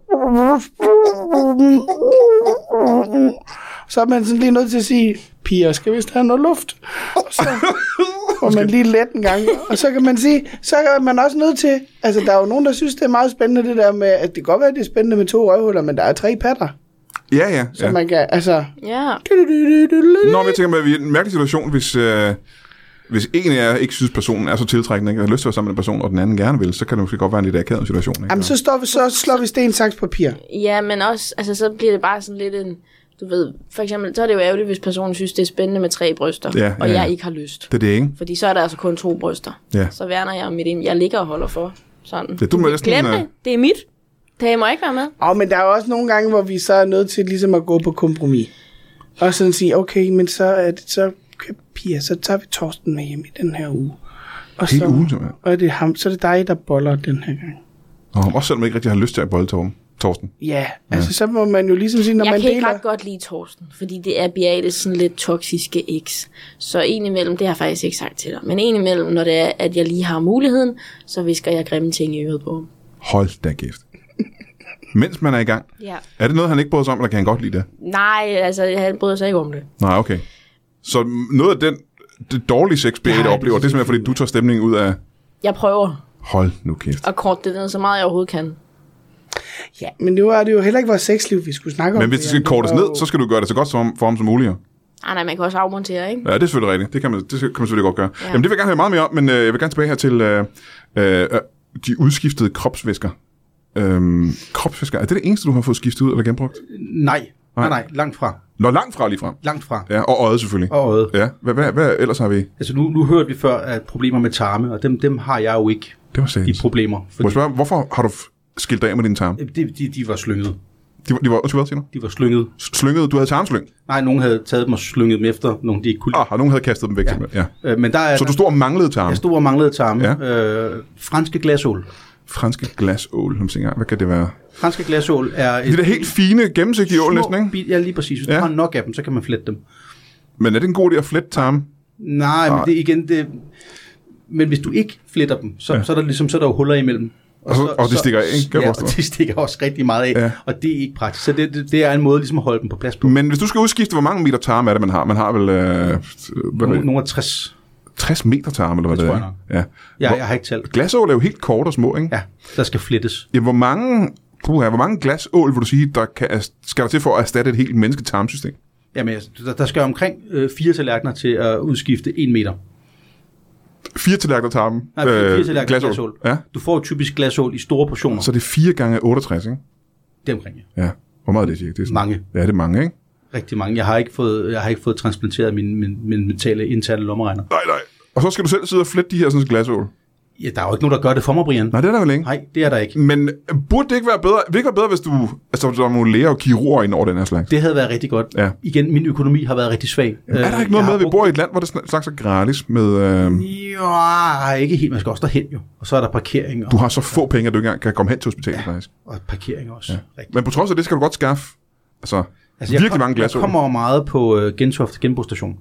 Så er man sådan lige nødt til at sige, Pia, skal vist have noget luft? Og så får man lige let en gang. Og så kan man sige, så er man også nødt til... Altså, der er jo nogen, der synes, det er meget spændende, det der med... At det kan godt være, at det er spændende med 2 røvhuller, men der er 3 patter. Ja. Så man kan, altså... Ja. Nå, men jeg tænker, at vi er i en mærkelig situation, hvis en af jer ikke synes, personen er så tiltrækkende, ikke, og har lyst til at være sammen med en person, og den anden gerne vil, så kan det måske godt være en lidt akavet situation. Ikke? Jamen, så slår vi sten, saks, papir. Ja, men også, altså, så bliver det bare sådan lidt en... Du ved, for eksempel, så er det jo ærgerligt, hvis personen synes, det er spændende med 3 bryster, og jeg ikke har lyst. Det er det, ikke? Fordi så er der altså kun 2 bryster. Ja. Så værner jeg om jeg ligger og holder for. Sådan. Ja, du må Glem det. Det er mit. Det må ikke være med. Men der er jo også nogle gange, hvor vi så er nødt til ligesom at gå på kompromis. Og sådan sige, okay, men så er det så... Pia, så tager vi Torsten med hjem i den her uge. Og hele ugen, simpelthen? Og det er ham, så er det dig, der boller den her gang. Og også selvom man ikke rigtig har lyst til at bolle Torsten. Ja, altså så må man jo ligesom sige, når jeg man deler... Jeg kan ikke ret godt lide Torsten, fordi det er Beates sådan lidt toksiske eks. Så indimellem, det har jeg faktisk ikke sagt til dig, men indimellem, når det er, at jeg lige har muligheden, så visker jeg grimme ting i øret på ham. Hold da kæft. Mens man er i gang. Ja. Er det noget, han ikke bryder sig om, eller kan han godt lide det? Nej, altså han bryder sig ikke om det. Nej, okay. Så noget af det dårlige sex, Beate oplever, det er simpelthen, fordi du tager stemningen ud af... Jeg prøver. Hold nu kæft. Og kort det ned så meget, jeg overhovedet kan. Ja, men det var det jo heller ikke vores sexliv, vi skulle snakke om. Men hvis det skal kortes ned, så skal du gøre det så godt for ham som muligt. Nej, man kan også afmontere, ikke? Ja, det er selvfølgelig rigtigt. Det kan man selvfølgelig godt gøre. Ja. Jamen, det vil jeg gerne høre meget mere om, men jeg vil gerne tilbage her til de udskiftede kropsvæsker. Kropsvæsker, er det eneste, du har fået skiftet ud eller genbrugt? Nej, langt fra. Langt fra lige frem? Langt fra. Ja, og øjet selvfølgelig. Og øjet. Ja, hvad ellers har vi? Altså nu hørte vi før, at problemer med tarme, og dem har jeg jo ikke. Det var sandt. De problemer. Må jeg spørge, hvorfor har du skilt af med dine tarme? De var slynget. De var, de var slynget. Slynget? Du havde tarmslyng? Nej, nogen havde taget dem og slynget dem efter, nogen de ikke kunne. Og nogen havde kastet dem væk. Ja. Men der er, så du stod og manglede tarme? Jeg stod og manglede tarme. Ja. Franske glasål. Franske glasål, hvad kan det være? Franske glasål er... Det er helt fine, gennemsigtige ål næsten, ikke? Ja, lige præcis. Hvis du har nok af dem, så kan man flette dem. Men er det en god idé at flette tarme? Nej, men det igen... Men hvis du ikke fletter dem, så er der ligesom, så er der jo huller imellem. Og de stikker af, ikke? Kan jeg ja, forestille og mig. de stikker også rigtig meget af, Ja. og det er ikke praktisk. Så det er en måde ligesom at holde dem på plads på. Men hvis du skal udskifte, hvor mange meter tarme er det, man har? Man har vel Nogle af 60. 60 meter tarme, eller hvad Det det tror er? jeg Ja. Jeg har ikke talt. Glasål er jo helt kort og små, ikke? Ja, der skal flettes. Ja, hvor mange glasål vil du sige, skal der til for at erstatte et helt mennesketarmsystem? Jamen, der skal omkring 4 tallerkener til at udskifte 1 meter. 4 tallerkener tarme? Nej, 4 tallerkener glasål. Ja. Du får typisk glasål i store portioner. Så det er 4 gange 68, ikke? Det er omkring, ja. Ja. Hvor meget er det, cirka? Det er sådan, Mange. Ja, det er mange, ikke? Rigtig mange. Jeg har ikke fået transplanteret min mentale interne lommeregner. Nej. Og så skal du selv sidde og flette de her sådan glasål. Ja, der er jo ikke nogen, der gør det for mig, Brian. Nej, det er der vel ikke? Nej, det er der ikke. Men burde det ikke være bedre? Vil det ikke være bedre, hvis der var nogle læger og kirurger ind over den her slags? Det havde været rigtig godt. Ja. Igen, min økonomi har været rigtig svag. Er der ikke noget med, at vi bor i et land, hvor det slags er gratis med... Jo, ikke helt. Man skal også derhen jo. Og så er der parkering. Og, Du har så få penge, at du ikke engang kan komme hen til hospitalet, faktisk. og parkering også. Ja. Men på trods af det, skal du godt skaffe virkelig mange glasål. Jeg kommer meget på Gentofte genbrugsstation.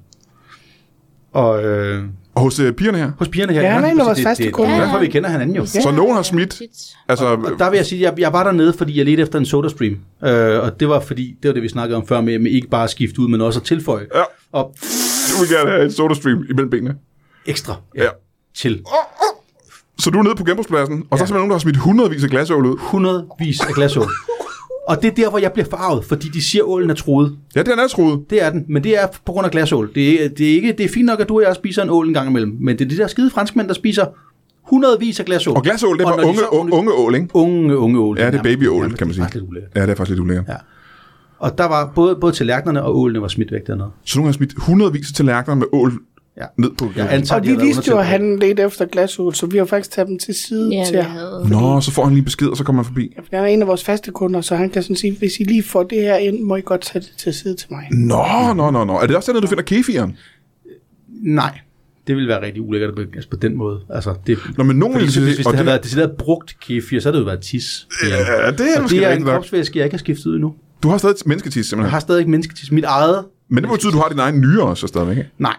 Og Og hos pigerne her? hos pigerne her. Ja, han er en af vores det- faste det- kunder. Det er derfor, vi kender hinanden jo. Så nogen har smidt... Altså, Og der vil jeg sige, at jeg var dernede, fordi jeg ledte efter en SodaStream. Og det var fordi, det var det, vi snakkede om før, med ikke bare at skifte ud, men også at tilføje. Ja. Og du vil gerne have en SodaStream imellem benene. ekstra. Ja. Til Så du er nede på genbrugspladsen, og så er simpelthen nogen, der har smidt hundredvis af glasål ud. hundredvis af glasål. Og det er der, hvor jeg bliver farvet, fordi de siger, at ålen er truet. Ja, det er natruet. Det er den, men det er på grund af glasål. Det er fint nok, at du og jeg spiser en ål en gang imellem, men det er de der skide franskmænd, der spiser hundredvis af glasål. Og glasål, det er Og bare når de så unge ål, ikke? Unge ål. Ja, det er babyål, Jamen, kan man sige. Det er faktisk lidt ulækkert. Ja, det er faktisk lidt ulækkert. Ja. Og der var både tallerkenerne og ålene var smidt væk dernede. Så nogen har smidt hundredvis af tallerkener med ål Ja. ned på. Jeg antager, Og de vidste jo, at han ledte efter glasål, så vi har faktisk taget dem til side Ja, til vi at... havde. Nå, så får han lige besked, og så kommer han forbi. Han er en af vores faste kunder, så han kan sådan sige, hvis I lige får det her ind, må I godt tage det til side til mig. Nå. Er det også den, du finder kefiren? Nej, det ville være rigtig ulækkert på den måde. Altså, det, Nå, men nogen fordi, vil sige... hvis det havde været decideret brugt kefir, så havde det jo været tis. Ja, det er Og måske det er en rigtigt nok. kropsvæske, jeg ikke har skiftet ud endnu. Du har stadig mennesketis, Jeg simpelthen. har stadig mennesketis. Mit eget. Men det betyder, at du har din egen nyre også stadigvæk, ikke? Nej.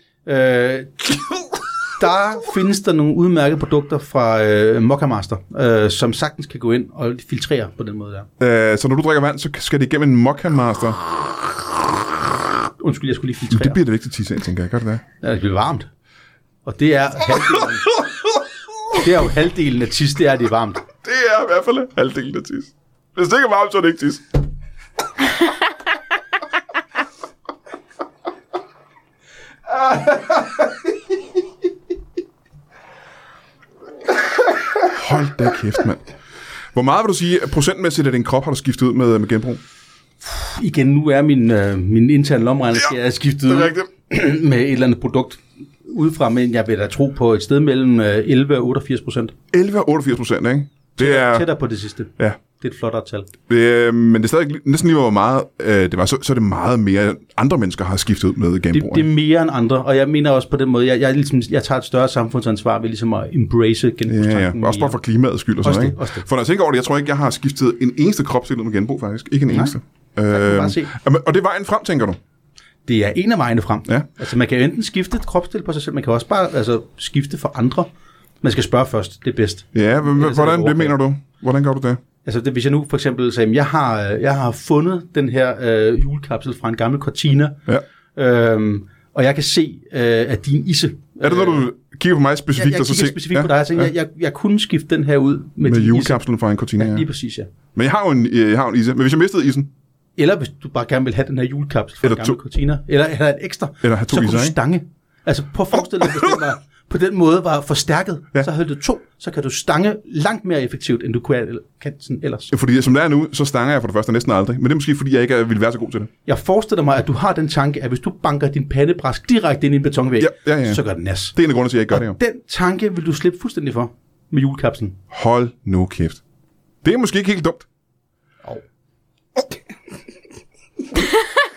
Der findes der nogle udmærkede produkter fra Mocha Master, som sagtens kan gå ind og filtrere på den måde der. Så når du drikker vand, så skal det igennem en Mocha Master. Undskyld, jeg skulle lige Men filtrere. det bliver det vigtigt tis af, tænker jeg. Gør det det? Ja, det bliver varmt. Og det er halvdelen. Det er jo halvdelen af tis, det er, det er varmt. Det er i hvert fald halvdelen af tis. Hvis det ikke er varmt, så er det ikke tis. Hold da kæft, mand. Hvor meget vil du sige, at procentmæssigt af din krop har du skiftet ud med genbrug? Igen, nu er min interne lomregner, skal jeg skifte Det er ud rigtigt. med et eller andet produkt udefra, men jeg vil da tro på et sted mellem 11 og 88%. 11,88%, ikke? Det er... Tættere på det sidste. Ja. Det er et flottere tal. Men det er stadig næsten lige, hvor meget det var. Så er det meget mere, andre mennesker har skiftet ud med genbrug. Det er mere end andre, og jeg mener også på den måde, jeg tager et større samfundsansvar ved ligesom at embrace genbrugstanken. Ja. Også bare for klimaets skyld og sådan noget, ikke? Også det. For når jeg tænker over det, jeg tror ikke, jeg har skiftet en eneste kropsdel ud med genbrug, faktisk. Ikke en eneste. bare se. Og det er vejen frem, tænker du? Det er en af vejene frem. Ja. Altså man kan jo enten skifte et kropsdel på sig selv, man kan også bare skifte for andre. Man skal spørge først, det er bedst. Ja, hvordan det mener du? Hvordan gør du det? Altså det, hvis jeg nu for eksempel sagde, jeg har fundet den her julekapsel fra en gammel Cortina, og jeg kan se, at din isse... Er det, når du kigger på mig specifikt? Jeg og så kigger specifikt på dig, og tænker, jeg kunne skifte den her ud med din julekapslen fra en Cortina, isse. Ja, lige præcis, ja. Men jeg har jo en isse. Men hvis jeg mistede isen? Eller hvis du bare gerne vil have den her julekapsel fra en gammel Cortina, eller et ekstra, eller have to så iser, kunne du ikke? stange. Altså prøv at forestille dig, hvis den var på den måde var forstærket, så havde du 2, så kan du stange langt mere effektivt, end du kan sådan ellers. Fordi som det er nu, så stanger jeg for det første næsten aldrig. Men det er måske, fordi jeg ikke vil være så god til det. Jeg forestiller mig, at du har den tanke, at hvis du banker din pandebræsk direkte ind i en betonvæg, så gør den nas. Det er en af grundene til, at jeg ikke gør det jo. Den tanke vil du slippe fuldstændig for med julekapslen. Hold nu kæft. Det er måske ikke helt dumt.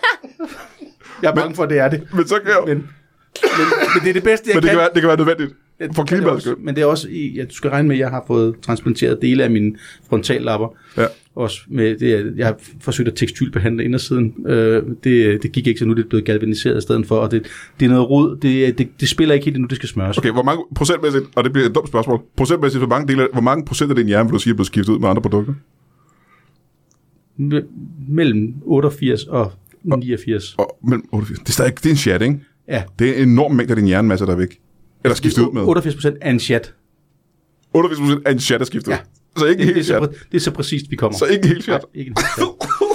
Jeg er bange for, at det er det. Men så kan jeg... Men det er det bedste, jeg Men det kan være nødvendigt. For klimaets skyld. Men det er også, du skal regne med, at jeg har fået transplanteret dele af mine frontallapper. Ja. Også med det, jeg har forsøgt at tekstilbehandle indersiden. Det gik ikke, så nu er det blevet galvaniseret i stedet for, og det er noget rod. Det spiller ikke helt endnu, det skal smøres. Okay, hvor mange procentmæssigt, og det bliver et dumt spørgsmål, procentmæssigt, hvor mange procent af din hjerne, vil du sige, er blevet skiftet ud med andre produkter? Mellem 88 og 89. Og mellem 88. Det er en chat, ikke? Ja. Det er en enorm mængde af din hjernemasse, der er væk. Eller skiftet ud med. 88% af en chat. 88% af en chat er skiftet ud. Så ikke en hel chat. Det er så præcist, vi kommer. Så ikke en hel chat. Nej, ikke en hel chat.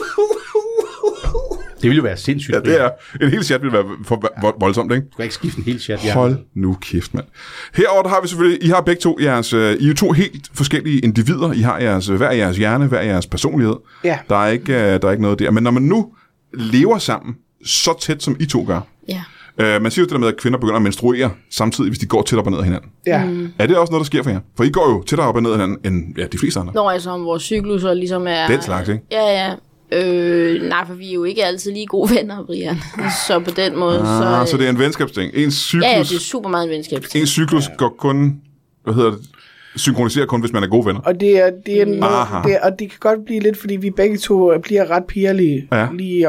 Det ville jo være sindssygt. Ja, det er. En hel chat ville være for voldsomt, ikke? Du kan ikke skifte en hel chat. Hold nu kæft, mand. Herover der har vi selvfølgelig, I har begge to jeres, I er jo to helt forskellige individer. I har hver jeres hjerne, hver jeres personlighed. Ja. Der er ikke noget der. Men når man nu lever sammen så tæt, som I to gør, man siger jo det der med, at kvinder begynder at menstruere samtidig, hvis de går tæt op og ned af hinanden. Ja. Er det også noget, der sker for jer? For I går jo tættere op og ned af hinanden, end de fleste andre. Når altså om vores cykluser ligesom er... Den slags, ikke? Ja. Nej, for vi er jo ikke altid lige gode venner, Brian. Så på den måde... Så det er en venskabsting. Ens cyklus, ja, det er super meget en venskabsting. Ens cyklus går kun... synkroniserer kun, hvis man er gode venner. Og det kan godt blive lidt, fordi vi begge to bliver ret pigerlige lige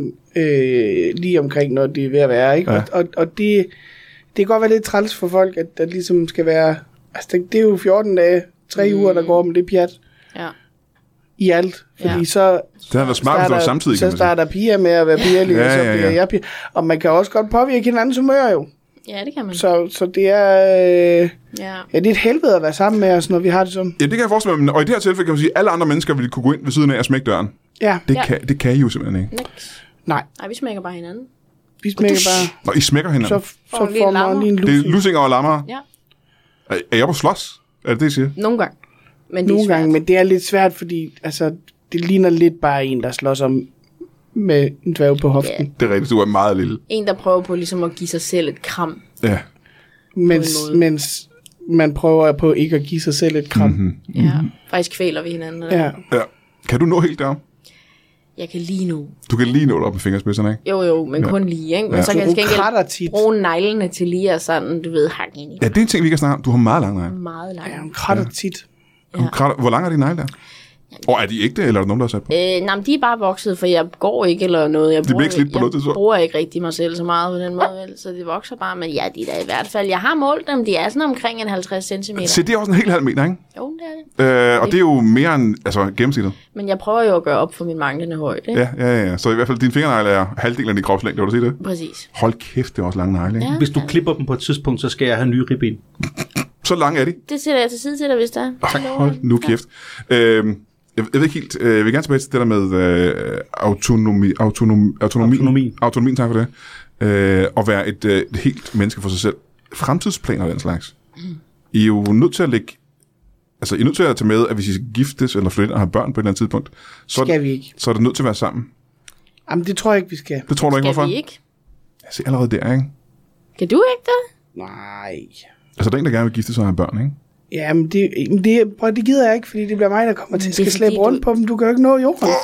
omkring, når det er ved at være, ikke? Ja. Og det kan godt være lidt træls for folk, at der ligesom skal være... Altså, det er jo 14 dage, 3 uger, der går, men det er pjat. Ja. I alt. Fordi så... Det har været smart, hvis det var samtidig, så starter piger med at være pigerlige, og så bliver jeg piger. Og man kan også godt påvirke hinandens humør, jo. Ja, det kan man. Så det er... det er et helvede at være sammen med os, når vi har det sådan. Ja, det kan jeg forestille mig. Og i det her tilfælde kan man sige, at alle andre mennesker vil kunne gå ind ved siden af og smække døren. Ja. Det kan I jo simpelthen ikke. Nej, vi smækker bare hinanden. Vi smækker bare... Og I smækker hinanden? Så får man lige en lussing. Det er lussinger og lammer? Ja. Er jeg på slås? Er det det, I siger? Nogle gange. Men det er lidt svært, fordi altså, det ligner lidt bare en, der slås om med en dværg på hoften. Yeah. Det er rigtigt, du er meget lille. En, der prøver på ligesom at give sig selv et kram. Ja. Mens man prøver på ikke at give sig selv et kram. Mm-hmm. Ja, faktisk kvæler vi hinanden. Ja. Kan du nå helt derom? Jeg kan lige nu. Du kan lige nå det op med fingerspidserne, ikke? Jo, men kun lige, ikke? Men så kan jeg skænke bruge neglene til lige at sådan, du ved, hakke ind i. Ja, det er en ting, vi kan snakke om. Du har meget lange negle. Meget lange. Ja, hun kratter tit. Hvor lang er dine negle der? Og er de ægte, eller er der nogen, der har sat på? Nej, men de er bare vokset, for jeg går ikke eller noget. Jeg bruger ikke rigtig mig selv så meget på den måde, så det vokser bare. Men ja, de er der i hvert fald. Jeg har målt dem, de er sådan omkring en 50 cm. Så det er også en helt halv meter, ikke? Jo, det er det. Og det er jo mere end gennemsnittet. Men jeg prøver jo at gøre op for min manglende højde, ikke? Ja. Så i hvert fald dine fingernegle er halvdelen af din kropslængde, vil du sige det? Præcis. Hold kæft, det er også lange negle, ikke? Ja. Hvis du klipper dem på et tidspunkt, så skal jeg have nye ribben. Så lange er de? Det sætter jeg til side til dig, hvis der er. Hold nu kæft. Jeg ved ikke helt, jeg vil gerne tilbage til det der med autonomi, tak for det. At være et helt menneske for sig selv. Fremtidsplaner og den slags. I er jo nødt til at lægge, altså I er nødt til at tage med, at hvis I skal giftes eller flytte og have børn på et eller andet tidspunkt, så er det nødt til at være sammen. Jamen, det tror jeg ikke, vi skal. Det tror du ikke, hvorfor? Skal vi ikke? Jeg ser allerede der, ikke? Kan du ikke det? Nej. Altså, der er en, der gerne vil gifte sig og have børn, ikke? Ja, men det gider jeg ikke, fordi det bliver mig, der kommer til at skal slæbe rundt på dem. Du kan jo ikke nå jorden. Jeg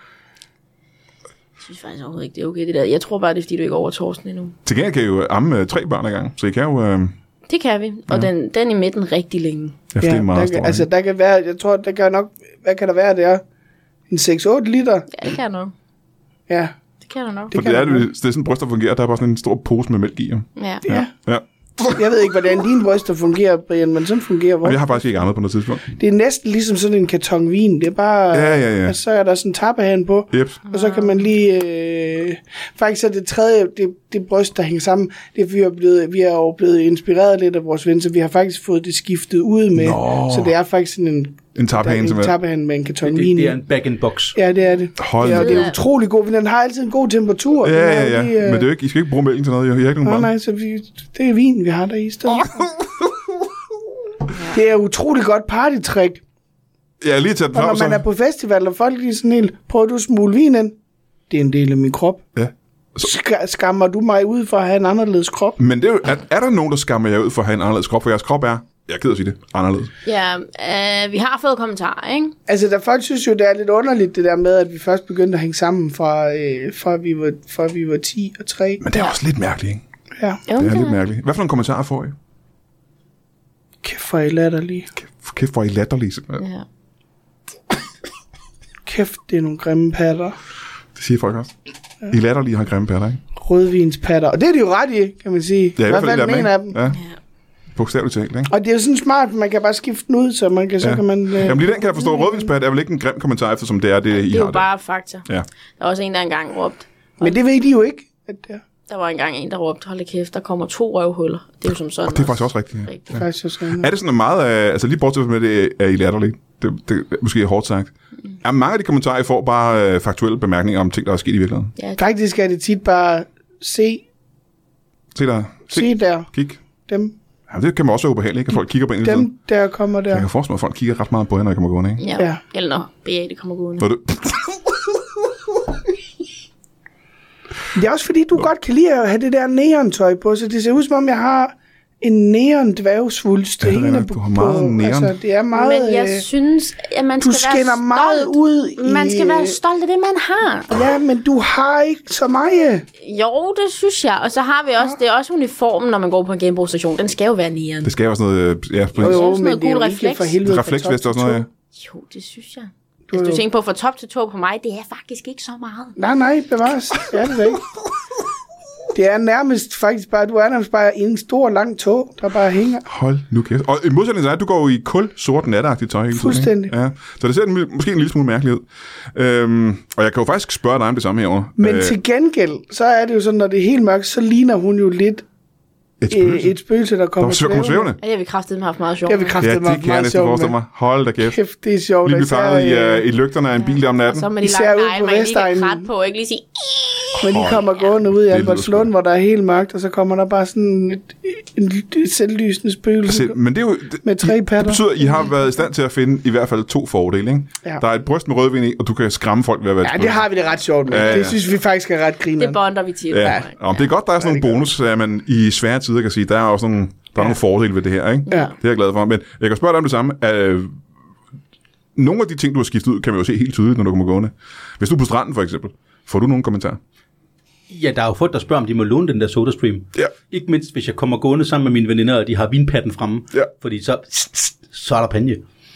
synes faktisk overhovedet ikke, det er okay det der. Jeg tror bare, det er fordi, du ikke er over Torsten endnu. Til gengæld kan I jo amme 3 børn ad gang, så I kan jo... Det kan vi, og den i midten rigtig længe. Ja, det er meget stort. Altså, der kan være, jeg tror, der kan nok... Hvad kan der være der? En 6-8 liter? Ja, det kan nok. Ja. Det kan der nok. For det er sådan en bryst, der fungerer. Der er bare sådan en stor pose med mælk i. Ja. Jeg ved ikke, hvordan dine bryster fungerer, Brian, men sådan fungerer vores. Jeg har faktisk ikke ammet på noget tidspunkt. Det er næsten ligesom sådan en karton vin. Det er bare... Ja. Og så er der sådan en tappehand på. Yep. Og så kan man lige... Faktisk er det tredje, det bryst, der hænger sammen, det er, vi er jo blevet inspireret lidt af vores ven, så vi har faktisk fået det skiftet ud med. Så det er faktisk sådan en tappehand med en karton vin. Det er en bag-in-box. Ja, det er det. Det er utrolig god. Den har altid en god temperatur. Ja. Men det er jo ikke, I skal ikke bruge mælken til noget. Jeg har ikke nogen nej, så det er vin, vi har der i stedet. Det er utrolig godt partytrick. Ja, lige til at når man er på festival, og folk er sådan helt, prøver du at smule vin ind? Det er en del af min krop. Ja. Skammer du mig ud for at have en anderledes krop? Men det er der nogen, der skammer jer ud for at have en anderledes krop? For jeres krop er, jeg er ked af at sige det, anderledes. Ja, vi har fået kommentarer, ikke? Altså, der folk synes jo, det er lidt underligt, det der med, at vi først begyndte at hænge sammen fra vi var 10 og 3. Men det er også lidt mærkeligt, ikke? Ja. Det er lidt mærkeligt. Hvad for nogle kommentarer får I? Kæft, hvor er I latterlige. Kæft, hvor er I latterlige, simpelthen. Ja. Kæft, det er nogle grimme patter. Det siger folk også. I latterlige har grimme patter, ikke? Rødvinspatter. Og det er de jo ret i, kan man sige. Ja, i hvert fald en af dem. Ja. Bogstaveligt talt, ikke? Og det er jo sådan smart, man kan bare skifte den ud, så man kan, så kan man... Jamen lige den kan jeg forstå. Rødvinspat er vel ikke en grim kommentar, eftersom det er det, I har det. Det er jo bare fakta. Ja. Der var også en, der engang råbte. Men det ved de jo ikke, at det er. Der var engang en, der råbte, hold da kæft, der kommer 2 røvhuller. Det er jo som sådan. Og det er faktisk også rigtigt. Ja. rigtigt. Faktisk så sådan. Er det sådan meget af, altså lige bortset med det, er I latterligt? Det måske er hårdt sagt. Er mange af de kommentarer, I får, bare faktuelle bemærkninger om ting, der er sket i virkeligheden? Ja, Faktisk er det tit bare se der. Kig. Dem, Ja, det kan man også være ubehageligt, ikke? At folk kigger på en hele tiden. dem der kommer der. Jeg kan forestille mig, at folk kigger ret meget på jer, når jeg kommer gående, ikke? ja. Ja. Eller når BA det kommer gående. Hvor det... Det er også fordi, du godt kan lide at have det der neontøj på, så det ser ud som om, jeg har en neon-dværgsvulst. Ja, det er rigtigt. Du har meget neon. Altså, det er meget... Men jeg synes, at man du skal være skinner stolt. meget ud i... Man skal være stolt af det, man har. Ja, men du har ikke så meget. Jo, det synes jeg. Og så har vi også, det er også uniformen, når man går på en genbrugsstation. Den skal jo være neon. Det skal jo også noget... Ja, Jo, sådan noget men det er gul jo ikke refleks. for helvede fra refleksvest top og sådan noget, til ja. Jo, det synes jeg. Hvis du tænker på fra top til tå på mig, det er faktisk ikke så meget. Nej, bevares. Det er det da ikke. Det er nærmest faktisk bare, du er nærmest bare en stor lang tog, der bare hænger. Hold nu kæft. Og i modsætning til dig, du går jo i kul, sort, natagtigt tøj hele tiden. Fuldstændig. Ja. Så det ser måske en lille smule mærkeligt ud. Og jeg kan jo faktisk spørge dig om det samme herovre. Men til gengæld, så er det jo sådan, når det er helt mørkt, så ligner hun jo lidt et spøgelse, der kommer svævende. Ja, det har vi kraftedeme haft meget sjovt. Det har vi med. kraftigt Ja, det kan jeg næsten forestille mig. Hold da kæft. Kæft, det er sjovt. Lige blive fanget i lygterne af en bil om Og natten. så med de Især lange ude negle, på man kan lige Vestegnen. krat på, ikke lige sige... Men de kommer gående ud i lyder Albertslund, hvor der er helt mørkt, og så kommer der bare sådan et selvlysende spøgelse Altså, men det er jo... med 3 Det patter. betyder, at I har været i stand til at finde i hvert fald 2 fordele, ikke? Ja. Der er et bryst med rødvin i, og du kan skræmme folk ved at være et Ja, det spøgelse. har vi det ret sjovt med. Ja, ja. Det synes vi faktisk er ret Det griner. bonder vi til. Ja, og det er godt, der er sådan nogle bonus, at man i svære tider kan sige, der er også nogle fordele ved det her, ikke? Ja. Det er jeg glad for. Men jeg kan spørge dig om det samme. Nogle af de ting, du har skiftet ud, kan man jo se helt tydeligt, når du kommer gående. Hvis du er på stranden, for eksempel, får du nogle kommentarer? Ja, der er jo folk, der spørger, om de må låne den der SodaStream. Ja. Ikke mindst, hvis jeg kommer gående sammen med mine veninder, og de har vinpatten fremme. Ja. Fordi så er der panje.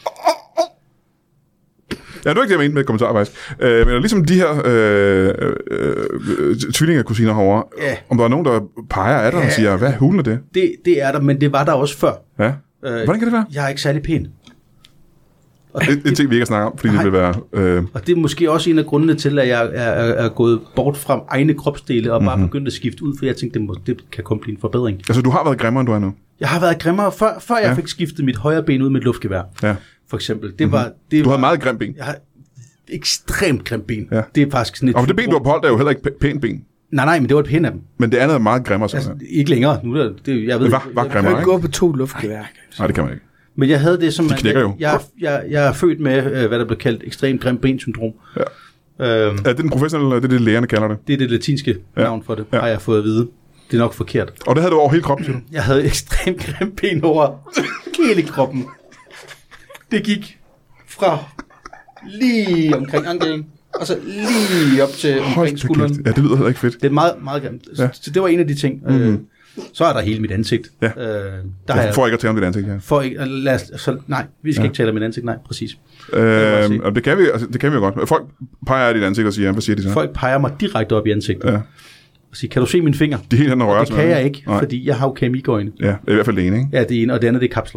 Ja, det er ikke det, jeg mente med kommentarer, faktisk. Men ligesom de her tvillingerkusiner herovre, Ja. om der er nogen, der peger af dig og siger, hvad hulen er det? Det er der, men det var der også før. Ja. Hvordan kan det være? Jeg er ikke særlig pæn. Det er ting, vi ikke har snakket om, fordi det Nej. vil være... Og det er måske også en af grundene til, at jeg er gået bort fra egne kropsdele og bare begyndt at skifte ud, for jeg tænkte, det kan kun blive en forbedring. Altså, du har været grimmere, end du er nu. Jeg har været grimmere, før jeg fik skiftet mit højre ben ud med et luftgevær. Ja. For eksempel. Det var, Du har meget grimt ben. Jeg har ekstremt grimt ben. Ja. Det er faktisk sådan et... Og det ben, du har på hold, er jo heller ikke pænt ben. Nej, men det var et pænt af dem. Men det andet er meget grimmere, så. Altså, ikke længere. Nu er det, jeg ved, Var Du kan grimmere, ikke ikke? gå på 2 luftgevær. Nej, det kan man ikke. Men jeg havde det som... De knækker jo. Jeg er født med, hvad der blev kaldt ekstremt grimt bensyndrom. Ja. Er det den professionelle, det er det, lægerne kalder det? Det er det latinske navn for det, har jeg fået at vide. Det er nok forkert. Og det havde du over hele kroppen, siger du? Jeg havde ekstremt grimt ben over hele kroppen. Det gik fra lige omkring anklen, og så lige op til omkring skulderen. Ja, det lyder heller ikke fedt. Det er meget, meget grimt. Ja. Så det var en af de ting. Så er der hele mit ansigt. Ja. Der har jeg, For ikke at tale om dit ansigt, ja. for ikke, nej, vi skal ikke tale om mit ansigt. Nej, præcis. Og det kan vi jo godt. Folk peger af dit ansigt og siger, hvad siger de så? Folk peger mig direkte op i ansigtet. Ja. Og siger, kan du se mine fingre? De er helt henne og rører Det sig kan med, jeg ikke, Nej. fordi jeg har jo keramikøjne. Ja, i hvert fald det ene, ikke? Ja, det ene, og det andet, det er kapsler.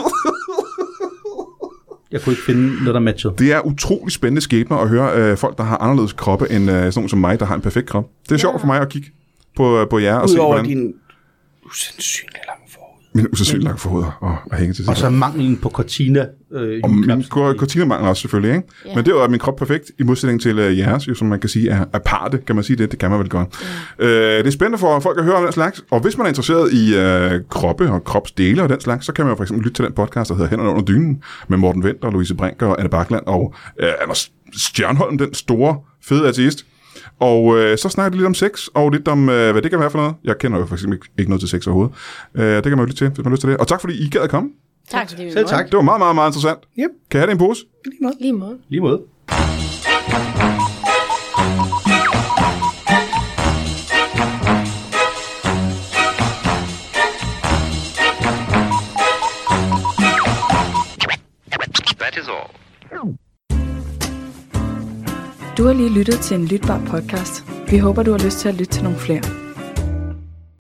Jeg kunne ikke finde noget, der matchede. Det er utrolig spændende skæbner at høre folk, der har anderledes kroppe end sådan nogen som mig, der har en perfekt krop. Det er sjovt for mig at kigge på jer og se, Udover hvordan din usandsynlig lang forhud. min usandsynligt langt forhoved og hænge til Og så manglen på Cortina. Og min cortina-mangler også selvfølgelig, ikke? Ja. Men det er min krop perfekt, i modsætning til jeres, jo, som man kan sige er aparte, kan man sige det? Det kan man vel godt. Det er spændende for folk at høre om den slags, og hvis man er interesseret i kroppe og kropsdele og den slags, så kan man jo for eksempel lytte til den podcast, der hedder Hænderne under dynen, med Morten Wendt og Louise Brink og Anne Bakland og Anders Stjernholm, den store, fede ateist. Og så snakker de lidt om sex, og lidt om, hvad det kan være for noget. Jeg kender jo for eksempel ikke noget til sex overhovedet. Det kan man jo lytte til, hvis man har lyst til det. Og tak fordi I gad at komme. Tak fordi vi Selv måtte. tak. Det var meget, meget, meget interessant. Yep. Kan jeg have det i en pose? Lige måde. Lige måde. Du har lige lyttet til en lytbar podcast. Vi håber, du har lyst til at lytte til nogle flere.